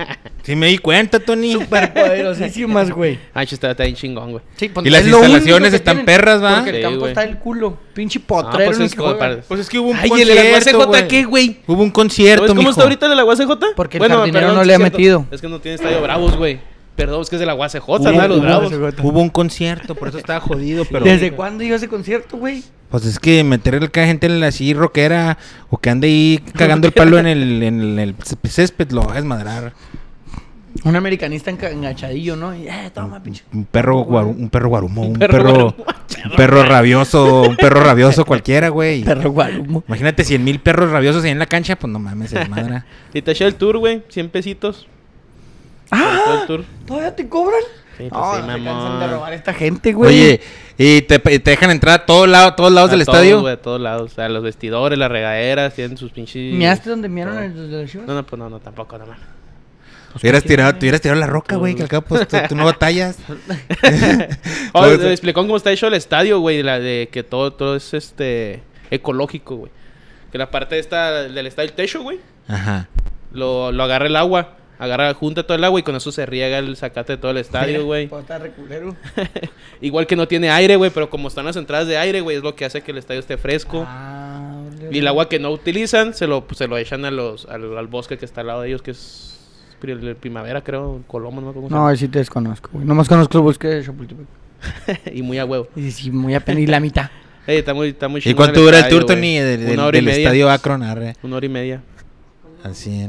[SPEAKER 2] Sí me di cuenta, Tony.
[SPEAKER 3] Súper poderosísimas, güey.
[SPEAKER 1] Está bien chingón, güey.
[SPEAKER 3] Sí, pues,
[SPEAKER 2] Y las
[SPEAKER 3] es lo único
[SPEAKER 2] instalaciones
[SPEAKER 3] que
[SPEAKER 2] están
[SPEAKER 3] tienen,
[SPEAKER 2] perras, ¿va?
[SPEAKER 3] Porque el
[SPEAKER 1] Sí,
[SPEAKER 3] campo
[SPEAKER 1] güey.
[SPEAKER 3] está del culo. Pinche
[SPEAKER 1] Ah,
[SPEAKER 3] potrero
[SPEAKER 1] pues
[SPEAKER 3] en el
[SPEAKER 1] es
[SPEAKER 3] que
[SPEAKER 1] como
[SPEAKER 3] juegan.
[SPEAKER 1] para-
[SPEAKER 2] Pues es que hubo un
[SPEAKER 1] Ay,
[SPEAKER 2] concierto,
[SPEAKER 1] ¿el de la UACJ
[SPEAKER 2] güey.
[SPEAKER 1] qué, güey?
[SPEAKER 2] Hubo un concierto,
[SPEAKER 1] ¿Sabes cómo
[SPEAKER 2] mijo.
[SPEAKER 1] está ahorita el de la UACJ?
[SPEAKER 3] Porque el jardinero no
[SPEAKER 1] sí
[SPEAKER 3] le ha
[SPEAKER 1] es cierto.
[SPEAKER 3] metido.
[SPEAKER 1] Es que no tiene estadio Bravos, güey. Perdón, es que es de la UACJ,
[SPEAKER 2] Hubo,
[SPEAKER 1] ¿no? Los Bravos.
[SPEAKER 2] hubo un concierto, por eso estaba jodido, pero...
[SPEAKER 3] ¿Desde cuándo iba ese concierto, güey?
[SPEAKER 2] Pues es que meterle a gente así rockera o que ande ahí cagando el palo en el césped lo va a desmadrar.
[SPEAKER 3] Un americanista enganchadillo, ¿no? Y, toma, pinche.
[SPEAKER 2] Un perro guarumo, un
[SPEAKER 1] perro
[SPEAKER 2] perro rabioso cualquiera, güey.
[SPEAKER 3] Perro guarumo.
[SPEAKER 2] Imagínate 100,000 perros rabiosos ahí en la cancha, pues no mames, se desmadra.
[SPEAKER 1] Y te eché el tour, güey. 100 pesitos. Por todo el tour.
[SPEAKER 3] ¿Todavía te cobran?
[SPEAKER 1] Sí, pues
[SPEAKER 3] No,
[SPEAKER 1] sí,
[SPEAKER 3] se cansan
[SPEAKER 1] mamón.
[SPEAKER 3] de robar a esta gente, güey.
[SPEAKER 2] Oye, ¿y te dejan entrar a todos lados del
[SPEAKER 1] A
[SPEAKER 2] estadio?
[SPEAKER 1] todos, güey, a todos lados. O sea, los vestidores, las regaderas, tienen sus pinches...
[SPEAKER 3] ¿Miaste donde miaron
[SPEAKER 1] todo.
[SPEAKER 3] el de las Chivas?
[SPEAKER 1] No, pues no, tampoco, no, man.
[SPEAKER 2] Te hubieras tirado la roca, güey, que al cabo pues tú no batallas.
[SPEAKER 1] Oye, me explicó cómo está hecho el estadio, güey, de que todo es ecológico, güey. Que la parte del estadio, el techo, güey,
[SPEAKER 2] Ajá.
[SPEAKER 1] lo agarra el agua, junta todo el agua y con eso se riega el zacate de todo el estadio, güey.
[SPEAKER 3] Pues está reculero.
[SPEAKER 1] Igual que no tiene aire, güey, pero como están las entradas de aire, güey, es lo que hace que el estadio esté fresco. Y el agua que no utilizan se lo echan al bosque que está al lado de ellos, que es Primavera, creo, Coloma, no me acuerdo cómo
[SPEAKER 3] No, ahí sí te desconozco, güey. Nomás conozco el bosque de Chapultepec.
[SPEAKER 1] se llama. Y muy a huevo.
[SPEAKER 3] Y sí, muy apenas. Y la mitad.
[SPEAKER 1] Está muy
[SPEAKER 2] ¿Y
[SPEAKER 1] chingón
[SPEAKER 2] cuánto dura el
[SPEAKER 1] estadio,
[SPEAKER 2] tour, Tony,
[SPEAKER 1] güey.
[SPEAKER 2] del
[SPEAKER 1] 1 hora y
[SPEAKER 2] del
[SPEAKER 1] media.
[SPEAKER 2] estadio Akron? Arre?
[SPEAKER 1] 1 hora y media.
[SPEAKER 2] Al 100.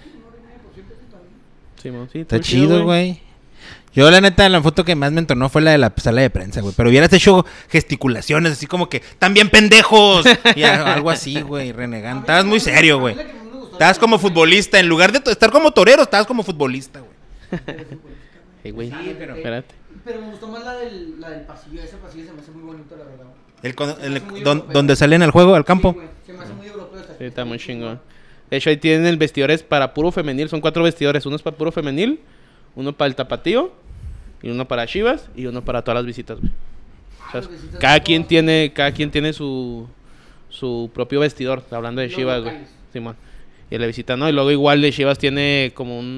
[SPEAKER 1] Sí, sí,
[SPEAKER 2] Está chido, güey. Yo, la neta, la foto que más me entonó fue la de la sala de prensa, güey. Pero hubieras hecho gesticulaciones así como que, ¡también pendejos! Y algo así, güey, renegando. Estabas muy serio, güey. Estabas como futbolista. En lugar de estar como torero, estabas como futbolista, güey.
[SPEAKER 1] Hey, güey.
[SPEAKER 3] pero-
[SPEAKER 1] Espérate.
[SPEAKER 3] Pero me gustó más la del pasillo. Ese pasillo se me hace muy bonito, la verdad.
[SPEAKER 2] Donde salen al juego, al campo.
[SPEAKER 3] Se me hace muy europeo.
[SPEAKER 1] Sí, está muy chingón. De hecho, ahí tienen el vestidores para puro femenil. Son 4 vestidores. Uno es para puro femenil, uno para el tapatío, y uno para Chivas, y uno para todas las visitas, güey. O sea, cada quien tiene su propio vestidor, hablando de
[SPEAKER 3] Los
[SPEAKER 1] Chivas, güey.
[SPEAKER 3] locales.
[SPEAKER 1] Simón. Y el de visita no. Y luego igual de Chivas tiene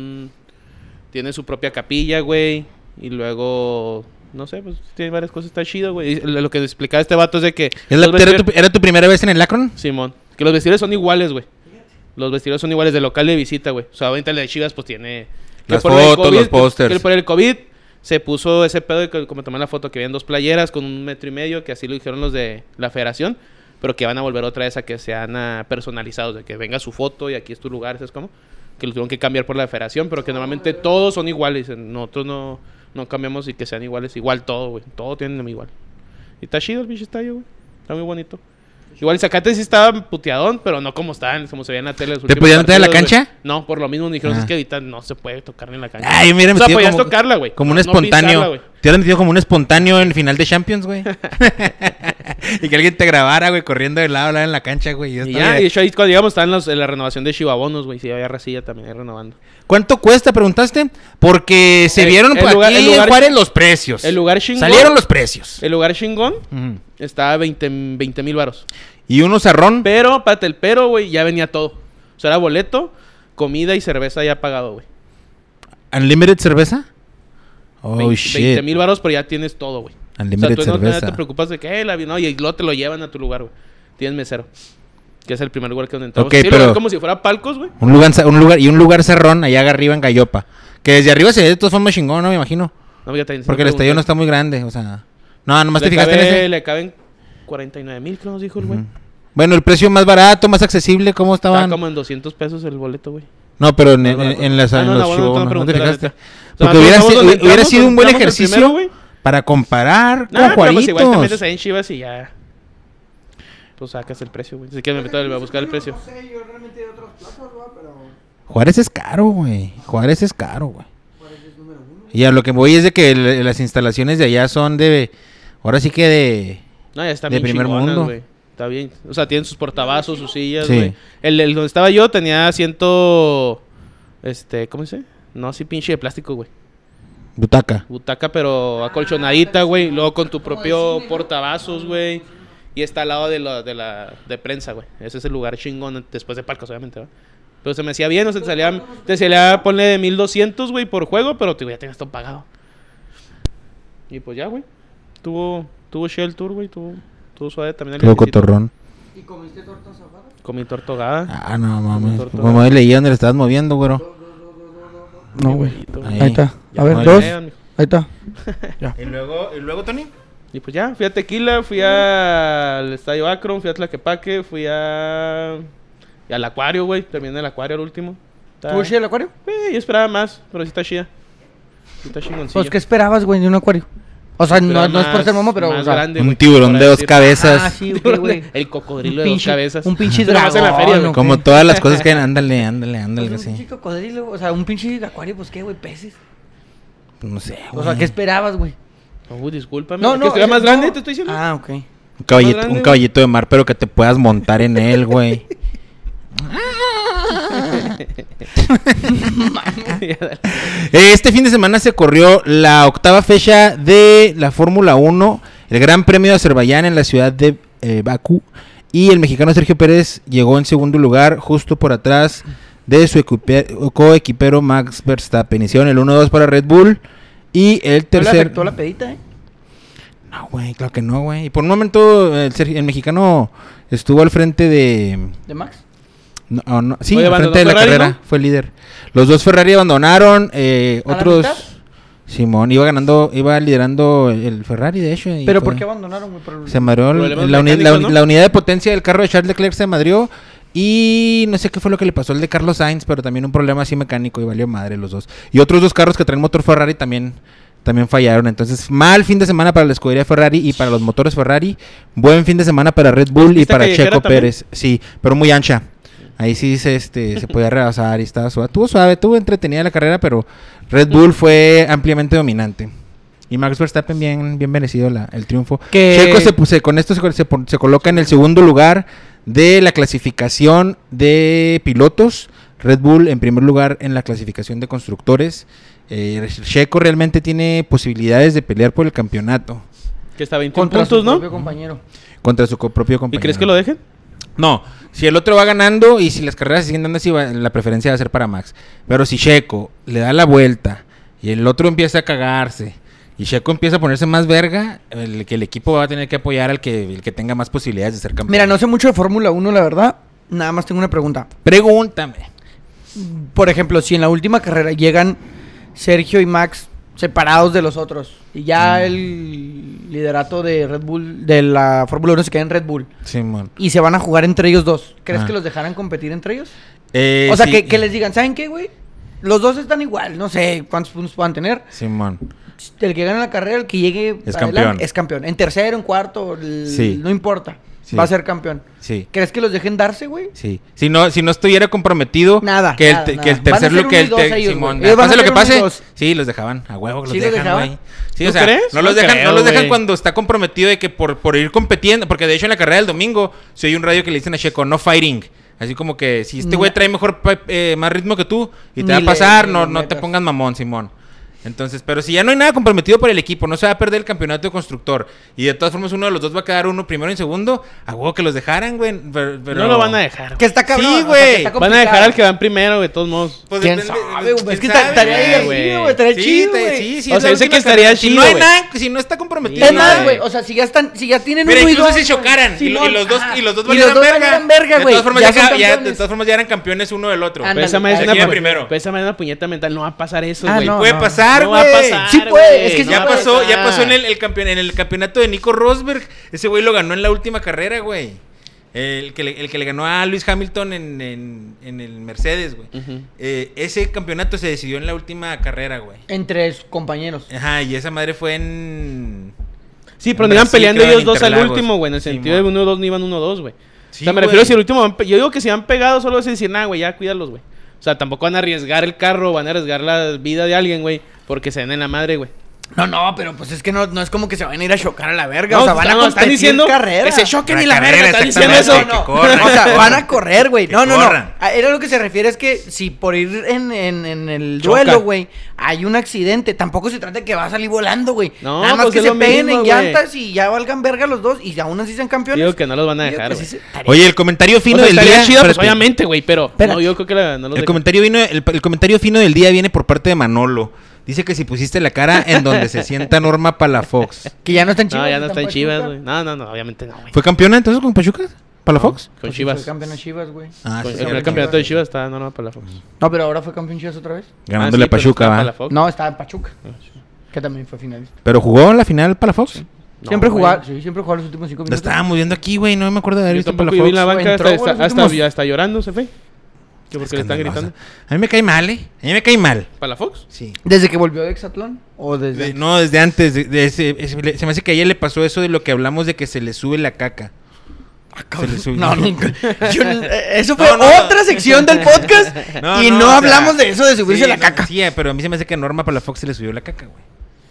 [SPEAKER 1] tiene su propia capilla, güey. Y luego, no sé, pues tiene varias cosas. Está chido, güey. Y lo que explicaba este vato es de que...
[SPEAKER 2] ¿Era tu primera vez en el Akron?
[SPEAKER 1] Simón. Que los vestidores son iguales, güey. Los vestidores son iguales de local de visita, güey. O sea, ahorita el de Chivas, pues tiene... que
[SPEAKER 2] Las
[SPEAKER 1] por el
[SPEAKER 2] fotos, los pósters.
[SPEAKER 1] Que por el COVID se puso ese pedo de que, como tomé la foto, que habían 2 playeras con 1,5 metros, que así lo dijeron los de la federación, pero que van a volver otra vez a que sean personalizados, de que venga su foto y aquí es tu lugar, ¿sabes cómo? Que lo tuvieron que cambiar por la federación, pero que normalmente todos son iguales. Nosotros no cambiamos y que sean iguales. Igual todo, güey. Todo tienen igual. Y está chido el pinche estadio, güey. Está muy bonito. Igual el Zacate sí estaba puteadón, pero no como se veía en la tele.
[SPEAKER 2] ¿Te podían meter a la cancha?
[SPEAKER 1] No, por lo mismo me dijeron,
[SPEAKER 2] Ah.
[SPEAKER 1] es que ahorita no se puede tocar ni en la cancha.
[SPEAKER 2] Ay, mira,
[SPEAKER 1] O sea,
[SPEAKER 2] metido
[SPEAKER 1] podías
[SPEAKER 2] como-
[SPEAKER 1] tocarla, güey.
[SPEAKER 2] Como un
[SPEAKER 1] no
[SPEAKER 2] espontáneo.
[SPEAKER 1] pisarla, güey.
[SPEAKER 2] Te hubieran metido como un espontáneo en el final de Champions, güey. Y que alguien te grabara, güey, corriendo de lado a lado en la cancha, güey.
[SPEAKER 1] Y ya, y de hecho ahí cuando llegamos estaban en la renovación de Chivabonos, güey. Sí, había racilla también ahí renovando.
[SPEAKER 2] ¿Cuánto cuesta, preguntaste? Porque se vieron
[SPEAKER 1] el
[SPEAKER 2] por
[SPEAKER 1] lugar-
[SPEAKER 2] aquí
[SPEAKER 1] el lugar-
[SPEAKER 2] en Juárez los precios.
[SPEAKER 1] El lugar chingón.
[SPEAKER 2] Salieron los precios.
[SPEAKER 1] El lugar chingón
[SPEAKER 2] Ujú.
[SPEAKER 1] estaba 20,000 varos.
[SPEAKER 2] Y uno zarrón.
[SPEAKER 1] Pero, güey, ya venía todo. O sea, era boleto, comida y cerveza ya pagado, güey.
[SPEAKER 2] ¿Unlimited cerveza? Oh,
[SPEAKER 1] 20,000
[SPEAKER 2] shit.
[SPEAKER 1] varos, pero ya tienes todo, güey.
[SPEAKER 2] Unlimited
[SPEAKER 1] o sea, tú no
[SPEAKER 2] cerveza.
[SPEAKER 1] te preocupas de que, no, y luego te lo llevan a tu lugar, güey. Tienes mesero. Que es el primer lugar que donde entramos.
[SPEAKER 2] Ok,
[SPEAKER 1] Sí,
[SPEAKER 2] pero-
[SPEAKER 1] como si fuera palcos, güey.
[SPEAKER 2] Un lugar cerrón allá arriba en Gallopa. Que desde arriba se ve de todas formas chingón, ¿no? Me imagino.
[SPEAKER 1] No, fíjate, sí
[SPEAKER 2] Porque
[SPEAKER 1] me
[SPEAKER 2] el estadio no
[SPEAKER 1] pregunté.
[SPEAKER 2] está muy grande, o sea... No, nomás te fijaste en ese.
[SPEAKER 1] Le caben 49,000, creo nos dijo el güey.
[SPEAKER 2] Ujú. Bueno, el precio más barato, más accesible, ¿cómo
[SPEAKER 1] Estaba
[SPEAKER 2] estaban?
[SPEAKER 1] como en 200 pesos el boleto, güey.
[SPEAKER 2] No, pero en,
[SPEAKER 1] No, no,
[SPEAKER 2] en las,
[SPEAKER 1] ah,
[SPEAKER 2] en
[SPEAKER 1] no,
[SPEAKER 2] los
[SPEAKER 1] no, bueno,
[SPEAKER 2] shows,
[SPEAKER 1] no me
[SPEAKER 2] ¿no? ¿No te
[SPEAKER 1] pregunté, la
[SPEAKER 2] fijaste?
[SPEAKER 1] neta. O sea,
[SPEAKER 2] Porque hubiera,
[SPEAKER 1] nosotros
[SPEAKER 2] sido,
[SPEAKER 1] donde
[SPEAKER 2] hubiera
[SPEAKER 1] entramos,
[SPEAKER 2] sido un buen
[SPEAKER 1] entramos el
[SPEAKER 2] ejercicio
[SPEAKER 1] primero, güey.
[SPEAKER 2] para comparar con
[SPEAKER 1] Nah, pero pues
[SPEAKER 2] Juaritos.
[SPEAKER 1] igual te metes ahí en Chivas y ya. Pues sacas el precio, güey. Si quieres me meto a buscar el precio.
[SPEAKER 3] No sé, yo realmente de otras plazas, ¿verdad? Pero
[SPEAKER 2] Juárez es caro, güey. Juárez es caro, güey.
[SPEAKER 3] Juárez es número 1.
[SPEAKER 2] Y a lo que voy es de que las instalaciones de allá son de... Ahora sí que de...
[SPEAKER 1] No, ya está
[SPEAKER 2] De
[SPEAKER 1] bien
[SPEAKER 2] primer
[SPEAKER 1] chingonas,
[SPEAKER 2] mundo.
[SPEAKER 1] güey. Está bien. O sea, tienen sus portavasos, sus sillas,
[SPEAKER 2] Sí.
[SPEAKER 1] güey. El donde estaba yo tenía asiento... ¿Cómo se dice? No, así pinche de plástico, güey.
[SPEAKER 2] Butaca.
[SPEAKER 1] Butaca, pero acolchonadita, güey. Luego con tu propio portavasos, güey. Y está al lado de prensa, güey. Ese es el lugar chingón después de palcos, obviamente, ¿va? Pero se me hacía bien, o sea, te salía ponle de 1200, güey, por juego, pero ya tenías todo pagado. Y pues ya, güey. Tuvo Shell Tour, güey, tuvo suave también.
[SPEAKER 2] Todo cotorrón.
[SPEAKER 3] ¿Y comiste tortas ahogadas?
[SPEAKER 1] Comí torta ahogada.
[SPEAKER 2] Ah, no mames.
[SPEAKER 1] Torta
[SPEAKER 2] Como
[SPEAKER 1] ahogada.
[SPEAKER 2] leí donde le estabas moviendo, güero.
[SPEAKER 3] No, güey.
[SPEAKER 2] Ahí.
[SPEAKER 3] Ahí está. A ver,
[SPEAKER 2] Muy
[SPEAKER 3] dos.
[SPEAKER 1] bien.
[SPEAKER 3] Ahí está.
[SPEAKER 2] ¿Y luego, Tony?
[SPEAKER 1] Y pues ya, fui a Tequila, fui al Estadio Akron, fui a Tlaquepaque, fui al Acuario, güey. Terminé el Acuario al último.
[SPEAKER 3] ¿Tuvo chida el acuario?
[SPEAKER 1] Yo esperaba más, pero sí está chida. Sí está chingoncillo.
[SPEAKER 3] Pues, ¿qué esperabas, güey, de un acuario? O sea,
[SPEAKER 1] Esperaba
[SPEAKER 3] no es por ser momo, pero...
[SPEAKER 1] más
[SPEAKER 3] o sea,
[SPEAKER 1] grande,
[SPEAKER 2] Un
[SPEAKER 1] güey,
[SPEAKER 2] tiburón
[SPEAKER 1] por
[SPEAKER 2] de dos
[SPEAKER 1] decir.
[SPEAKER 2] cabezas.
[SPEAKER 3] Ah, sí, ok, güey.
[SPEAKER 1] El cocodrilo de dos cabezas.
[SPEAKER 3] Un pinche
[SPEAKER 1] Pero más en la
[SPEAKER 3] dragón,
[SPEAKER 1] feria, güey.
[SPEAKER 3] ¿no?
[SPEAKER 2] Como
[SPEAKER 3] Ok.
[SPEAKER 2] todas las cosas que... Ándale,
[SPEAKER 3] Pues un
[SPEAKER 2] así.
[SPEAKER 3] pinche cocodrilo, o sea, un pinche acuario, pues, ¿qué, güey? Peces.
[SPEAKER 2] No sé,
[SPEAKER 3] O
[SPEAKER 2] güey.
[SPEAKER 3] sea, ¿qué esperabas, güey?
[SPEAKER 1] Discúlpame.
[SPEAKER 3] No,
[SPEAKER 1] ¿Que
[SPEAKER 3] no.
[SPEAKER 1] estuviera más
[SPEAKER 3] no.
[SPEAKER 1] grande, te estoy diciendo?
[SPEAKER 3] Ah, ok.
[SPEAKER 2] Un caballito de mar, pero que te puedas montar en él, güey. Este fin de semana se corrió la 8ª fecha de la Fórmula 1, el Gran Premio de Azerbaiyán en la ciudad de Bakú. Y el mexicano Sergio Pérez llegó en segundo lugar, justo por atrás de su coequipero Max Verstappen. Hicieron el 1-2 para Red Bull. Y el
[SPEAKER 3] ¿No le
[SPEAKER 2] tercer...
[SPEAKER 3] afectó la pedita, eh?
[SPEAKER 2] No, güey, claro que no, güey. Y por un momento el mexicano estuvo al frente de...
[SPEAKER 3] ¿De Max?
[SPEAKER 2] No, sí,
[SPEAKER 1] Oye,
[SPEAKER 2] al frente de la
[SPEAKER 1] Ferrari,
[SPEAKER 2] carrera,
[SPEAKER 1] ¿no?
[SPEAKER 2] fue el líder. Los dos Ferrari abandonaron,
[SPEAKER 3] la
[SPEAKER 2] otros...
[SPEAKER 3] mitad?
[SPEAKER 2] Simón iba liderando el Ferrari, de hecho. y
[SPEAKER 3] ¿Pero
[SPEAKER 2] fue-
[SPEAKER 3] por qué abandonaron, güey? Por el-
[SPEAKER 2] Se madrió
[SPEAKER 1] Problemas
[SPEAKER 2] la
[SPEAKER 1] mecánicos, ¿no?
[SPEAKER 2] la unidad de potencia del carro de Charles Leclerc se madrió. Y no sé qué fue lo que le pasó al de Carlos Sainz, pero también un problema así mecánico y valió madre los dos. Y otros dos carros que traen motor Ferrari también fallaron. Entonces, mal fin de semana para la escudería Ferrari y para los motores Ferrari. Buen fin de semana para Red Bull y
[SPEAKER 1] ¿Pista
[SPEAKER 2] para
[SPEAKER 1] callejera
[SPEAKER 2] Checo
[SPEAKER 1] también?
[SPEAKER 2] Pérez. Sí, pero muy ancha. Ahí sí se podía rebasar y estaba suave. Tuvo entretenida la carrera, pero Red Bull fue ampliamente dominante. Y Max Verstappen bien merecido el triunfo.
[SPEAKER 3] Que-
[SPEAKER 2] Checo con esto se coloca en el segundo lugar de la clasificación de pilotos. Red Bull en primer lugar en la clasificación de constructores. Checo realmente tiene posibilidades de pelear por el campeonato
[SPEAKER 1] Que está a 21
[SPEAKER 3] Contra
[SPEAKER 1] puntos,
[SPEAKER 3] su
[SPEAKER 1] ¿no?
[SPEAKER 3] propio compañero.
[SPEAKER 2] contra su propio
[SPEAKER 1] ¿Y
[SPEAKER 2] compañero.
[SPEAKER 1] crees que lo dejen?
[SPEAKER 2] No, si el otro va ganando y si las carreras siguen dando así, la preferencia va a ser para Max. Pero si Checo le da la vuelta y el otro empieza a cagarse y Checo empieza a ponerse más verga, el equipo va a tener que apoyar el que tenga más posibilidades de ser campeón.
[SPEAKER 3] Mira, no sé mucho de Fórmula 1, la verdad. Nada más tengo una pregunta.
[SPEAKER 2] Pregúntame.
[SPEAKER 3] Por ejemplo, si en la última carrera llegan Sergio y Max separados de los otros y ya el liderato de Red Bull, de la Fórmula 1 se queda en Red Bull
[SPEAKER 2] Simón.
[SPEAKER 3] y se van a jugar entre ellos dos, ¿crees
[SPEAKER 2] Ah.
[SPEAKER 3] que los dejarán competir entre ellos? O sea,
[SPEAKER 2] Sí.
[SPEAKER 3] que les digan, ¿saben qué, güey? Los dos están igual, no sé cuántos puntos puedan tener.
[SPEAKER 2] Simón.
[SPEAKER 3] El que gane la carrera, el que llegue
[SPEAKER 2] Es
[SPEAKER 3] adelante,
[SPEAKER 2] campeón.
[SPEAKER 3] es campeón. En tercero, en cuarto,
[SPEAKER 2] Sí.
[SPEAKER 3] no importa.
[SPEAKER 2] Sí.
[SPEAKER 3] Va a ser campeón.
[SPEAKER 2] Sí.
[SPEAKER 3] ¿Crees que los dejen darse, güey?
[SPEAKER 2] Sí. Si no estuviera comprometido,
[SPEAKER 3] Nada,
[SPEAKER 2] que
[SPEAKER 3] nada,
[SPEAKER 2] que el
[SPEAKER 3] nada. Van a
[SPEAKER 2] tercer
[SPEAKER 3] ser
[SPEAKER 2] lo que
[SPEAKER 3] uno y
[SPEAKER 2] el
[SPEAKER 3] dos ellos,
[SPEAKER 2] Simón,
[SPEAKER 3] güey. Ellos van
[SPEAKER 2] pase
[SPEAKER 3] a
[SPEAKER 2] lo que
[SPEAKER 3] ser uno y
[SPEAKER 2] pase,
[SPEAKER 3] dos.
[SPEAKER 2] sí los dejaban, a huevo que
[SPEAKER 3] Sí
[SPEAKER 2] los
[SPEAKER 3] los
[SPEAKER 2] dejan,
[SPEAKER 3] dejaban.
[SPEAKER 2] güey. Sí,
[SPEAKER 1] ¿Tú
[SPEAKER 2] o sea,
[SPEAKER 1] crees?
[SPEAKER 2] no
[SPEAKER 1] No
[SPEAKER 2] los dejan,
[SPEAKER 1] creo,
[SPEAKER 2] no los dejan
[SPEAKER 1] güey.
[SPEAKER 2] cuando está comprometido de que por ir compitiendo, porque de hecho en la carrera del domingo se oye un radio que le dicen a Checo, no fighting. Así como que si este güey trae mejor más ritmo que tú y te
[SPEAKER 3] Ni
[SPEAKER 2] va a pasar,
[SPEAKER 3] le
[SPEAKER 2] no te
[SPEAKER 3] metas.
[SPEAKER 2] pongas mamón, Simón. Entonces, pero si ya no hay nada comprometido por el equipo, no se va a perder el campeonato de constructor y de todas formas uno de los dos va a quedar uno primero y segundo, a huevo que los dejaran, güey. Pero...
[SPEAKER 1] No lo van a dejar.
[SPEAKER 3] Que está cabrón.
[SPEAKER 2] Sí,
[SPEAKER 3] o sea,
[SPEAKER 2] güey.
[SPEAKER 3] que está
[SPEAKER 1] Van a dejar
[SPEAKER 3] complicado.
[SPEAKER 1] al que van primero, de todos modos.
[SPEAKER 2] Pues
[SPEAKER 3] ¿Quién
[SPEAKER 2] depende-
[SPEAKER 3] sabe, güey?
[SPEAKER 2] ¿quién
[SPEAKER 3] Es que
[SPEAKER 2] sabe,
[SPEAKER 3] estaría
[SPEAKER 2] güey?
[SPEAKER 3] divertido, güey. Estaría chido, güey.
[SPEAKER 2] Sí,
[SPEAKER 1] O sea,
[SPEAKER 2] es
[SPEAKER 1] dice que
[SPEAKER 2] la
[SPEAKER 1] estaría
[SPEAKER 2] carrera. Si
[SPEAKER 1] chido,
[SPEAKER 2] no hay
[SPEAKER 1] güey.
[SPEAKER 2] nada, si no está comprometido.
[SPEAKER 3] Es
[SPEAKER 1] Sí,
[SPEAKER 3] más,
[SPEAKER 1] güey.
[SPEAKER 3] güey, o sea, si ya tienen
[SPEAKER 2] Mira,
[SPEAKER 3] uno y
[SPEAKER 2] incluso
[SPEAKER 3] dos,
[SPEAKER 2] si chocaran y
[SPEAKER 3] Simón,
[SPEAKER 2] los dos
[SPEAKER 3] ajá.
[SPEAKER 2] valieran verga,
[SPEAKER 3] güey.
[SPEAKER 2] de todas formas
[SPEAKER 3] Ya
[SPEAKER 2] ya,
[SPEAKER 3] son
[SPEAKER 2] de
[SPEAKER 3] campeones.
[SPEAKER 2] todas formas ya eran campeones uno del otro.
[SPEAKER 3] Ándale.
[SPEAKER 1] Pero esa madre es
[SPEAKER 2] Aquí
[SPEAKER 1] una
[SPEAKER 2] va
[SPEAKER 1] pu-
[SPEAKER 2] primero.
[SPEAKER 1] pero esa madre es una puñeta mental. No va a pasar eso,
[SPEAKER 3] Ah,
[SPEAKER 1] güey.
[SPEAKER 3] no.
[SPEAKER 2] Puede pasar,
[SPEAKER 1] No va a
[SPEAKER 2] güey.
[SPEAKER 1] pasar,
[SPEAKER 3] Sí puede,
[SPEAKER 1] güey,
[SPEAKER 3] es que
[SPEAKER 1] no
[SPEAKER 3] sí
[SPEAKER 2] Ya
[SPEAKER 1] va a
[SPEAKER 3] puede.
[SPEAKER 2] pasó, ya
[SPEAKER 1] pasar.
[SPEAKER 2] pasó en el campeonato de Nico Rosberg. Ese güey lo ganó en la última carrera, güey. El que le ganó a Lewis Hamilton en el Mercedes, güey.
[SPEAKER 1] Ujú.
[SPEAKER 2] Ese campeonato se decidió en la última carrera, güey.
[SPEAKER 3] Entre sus compañeros.
[SPEAKER 2] Ajá, y esa madre fue en...
[SPEAKER 1] Sí, pero
[SPEAKER 2] en
[SPEAKER 1] no iban
[SPEAKER 2] Brasil,
[SPEAKER 1] peleando
[SPEAKER 2] creo, en
[SPEAKER 1] ellos dos al
[SPEAKER 2] Interlagos.
[SPEAKER 1] último, güey. En el sentido
[SPEAKER 2] Simón.
[SPEAKER 1] de 1-2 no iban 1-2, güey.
[SPEAKER 2] Sí,
[SPEAKER 1] o sea, me
[SPEAKER 2] güey.
[SPEAKER 1] refiero si el último yo digo que si van pegados solo es decir, nada, güey, ya cuídalos, güey. O sea, tampoco van a arriesgar el carro, van a arriesgar la vida de alguien, güey, porque se den en la madre, güey.
[SPEAKER 3] No, pero pues es que no es como que se van a ir a chocar a la verga.
[SPEAKER 1] No,
[SPEAKER 3] o sea, van a
[SPEAKER 1] están
[SPEAKER 3] competir
[SPEAKER 1] diciendo
[SPEAKER 3] carrera.
[SPEAKER 1] que se choquen y la
[SPEAKER 2] Carrera,
[SPEAKER 1] verga, están diciendo
[SPEAKER 2] exactamente,
[SPEAKER 1] eso.
[SPEAKER 2] que corran,
[SPEAKER 3] o sea,
[SPEAKER 2] que
[SPEAKER 3] van a
[SPEAKER 2] corran.
[SPEAKER 3] correr, güey.
[SPEAKER 2] Que
[SPEAKER 3] No.
[SPEAKER 2] corran.
[SPEAKER 3] Era lo que se refiere es que si por ir en el
[SPEAKER 1] Choca.
[SPEAKER 3] duelo, güey, hay un accidente, tampoco se trata de que va a salir volando, güey.
[SPEAKER 1] No,
[SPEAKER 3] Nada más
[SPEAKER 1] pues
[SPEAKER 3] que
[SPEAKER 1] es
[SPEAKER 3] se
[SPEAKER 1] lo
[SPEAKER 3] peguen
[SPEAKER 1] mismo,
[SPEAKER 3] en
[SPEAKER 1] güey.
[SPEAKER 3] llantas y ya valgan verga los dos y aún así sean campeones.
[SPEAKER 1] Digo que no los van a
[SPEAKER 3] Digo
[SPEAKER 1] dejar,
[SPEAKER 3] que
[SPEAKER 1] güey.
[SPEAKER 3] sí estaría-
[SPEAKER 2] Oye, el comentario
[SPEAKER 1] O
[SPEAKER 2] fino
[SPEAKER 1] sea,
[SPEAKER 2] del
[SPEAKER 1] estaría
[SPEAKER 2] día.
[SPEAKER 1] chido, pues
[SPEAKER 2] espérate.
[SPEAKER 1] obviamente, güey, pero
[SPEAKER 3] Espérate.
[SPEAKER 1] no, yo creo que no los
[SPEAKER 2] El
[SPEAKER 1] dejan.
[SPEAKER 2] comentario el comentario fino del día viene por parte de Manolo. Dice que si pusiste la cara en donde se sienta Norma Palafox.
[SPEAKER 3] Que ya no están chivas.
[SPEAKER 1] No, ya no está en
[SPEAKER 3] Pachuca.
[SPEAKER 1] Chivas, güey. No, obviamente no, güey.
[SPEAKER 2] ¿Fue campeona entonces con Pachuca? ¿Palafox?
[SPEAKER 1] Con
[SPEAKER 3] Pues
[SPEAKER 1] Chivas.
[SPEAKER 3] Fue campeón de Chivas, güey.
[SPEAKER 2] Ah,
[SPEAKER 1] Con
[SPEAKER 2] sí,
[SPEAKER 1] el primer campeonato de Chivas está Norma Palafox.
[SPEAKER 3] No, pero ahora fue campeón Chivas otra vez.
[SPEAKER 2] ganándole
[SPEAKER 1] Ah,
[SPEAKER 2] a Pachuca,
[SPEAKER 1] pero
[SPEAKER 2] va.
[SPEAKER 1] está Palafox.
[SPEAKER 3] No, estaba en Pachuca,
[SPEAKER 1] Ah, sí.
[SPEAKER 3] que también fue finalista.
[SPEAKER 2] ¿Pero jugó en la final Palafox?
[SPEAKER 1] No,
[SPEAKER 3] Siempre
[SPEAKER 1] güey.
[SPEAKER 3] jugaba, sí, siempre jugaba los últimos 5
[SPEAKER 2] La
[SPEAKER 3] minutos.
[SPEAKER 2] estábamos viendo aquí, güey. No me acuerdo de haber
[SPEAKER 1] Yo
[SPEAKER 2] visto
[SPEAKER 1] tampoco
[SPEAKER 2] Palafox.
[SPEAKER 1] vi la banca,
[SPEAKER 3] Entró, güey, los últimos-
[SPEAKER 1] hasta llorando se fue. Que porque le están
[SPEAKER 2] Escandalosa.
[SPEAKER 1] gritando.
[SPEAKER 2] A mí me cae mal, ¿eh? A mí me cae mal.
[SPEAKER 1] ¿Palafox?
[SPEAKER 2] Sí.
[SPEAKER 3] ¿Desde que volvió de Exatlón? ¿O desde...?
[SPEAKER 2] No, desde antes. Se me hace que a ella le pasó eso de lo que hablamos de que se le sube la caca. Se le sube.
[SPEAKER 3] No, nunca. Eso fue
[SPEAKER 2] No, no,
[SPEAKER 3] otra
[SPEAKER 2] no.
[SPEAKER 3] sección del podcast y no
[SPEAKER 2] o sea,
[SPEAKER 3] hablamos de eso de subirse
[SPEAKER 2] sí,
[SPEAKER 3] la
[SPEAKER 2] no,
[SPEAKER 3] caca.
[SPEAKER 2] Sí, pero a mí se me hace que a Norma Palafox se le subió la caca, güey.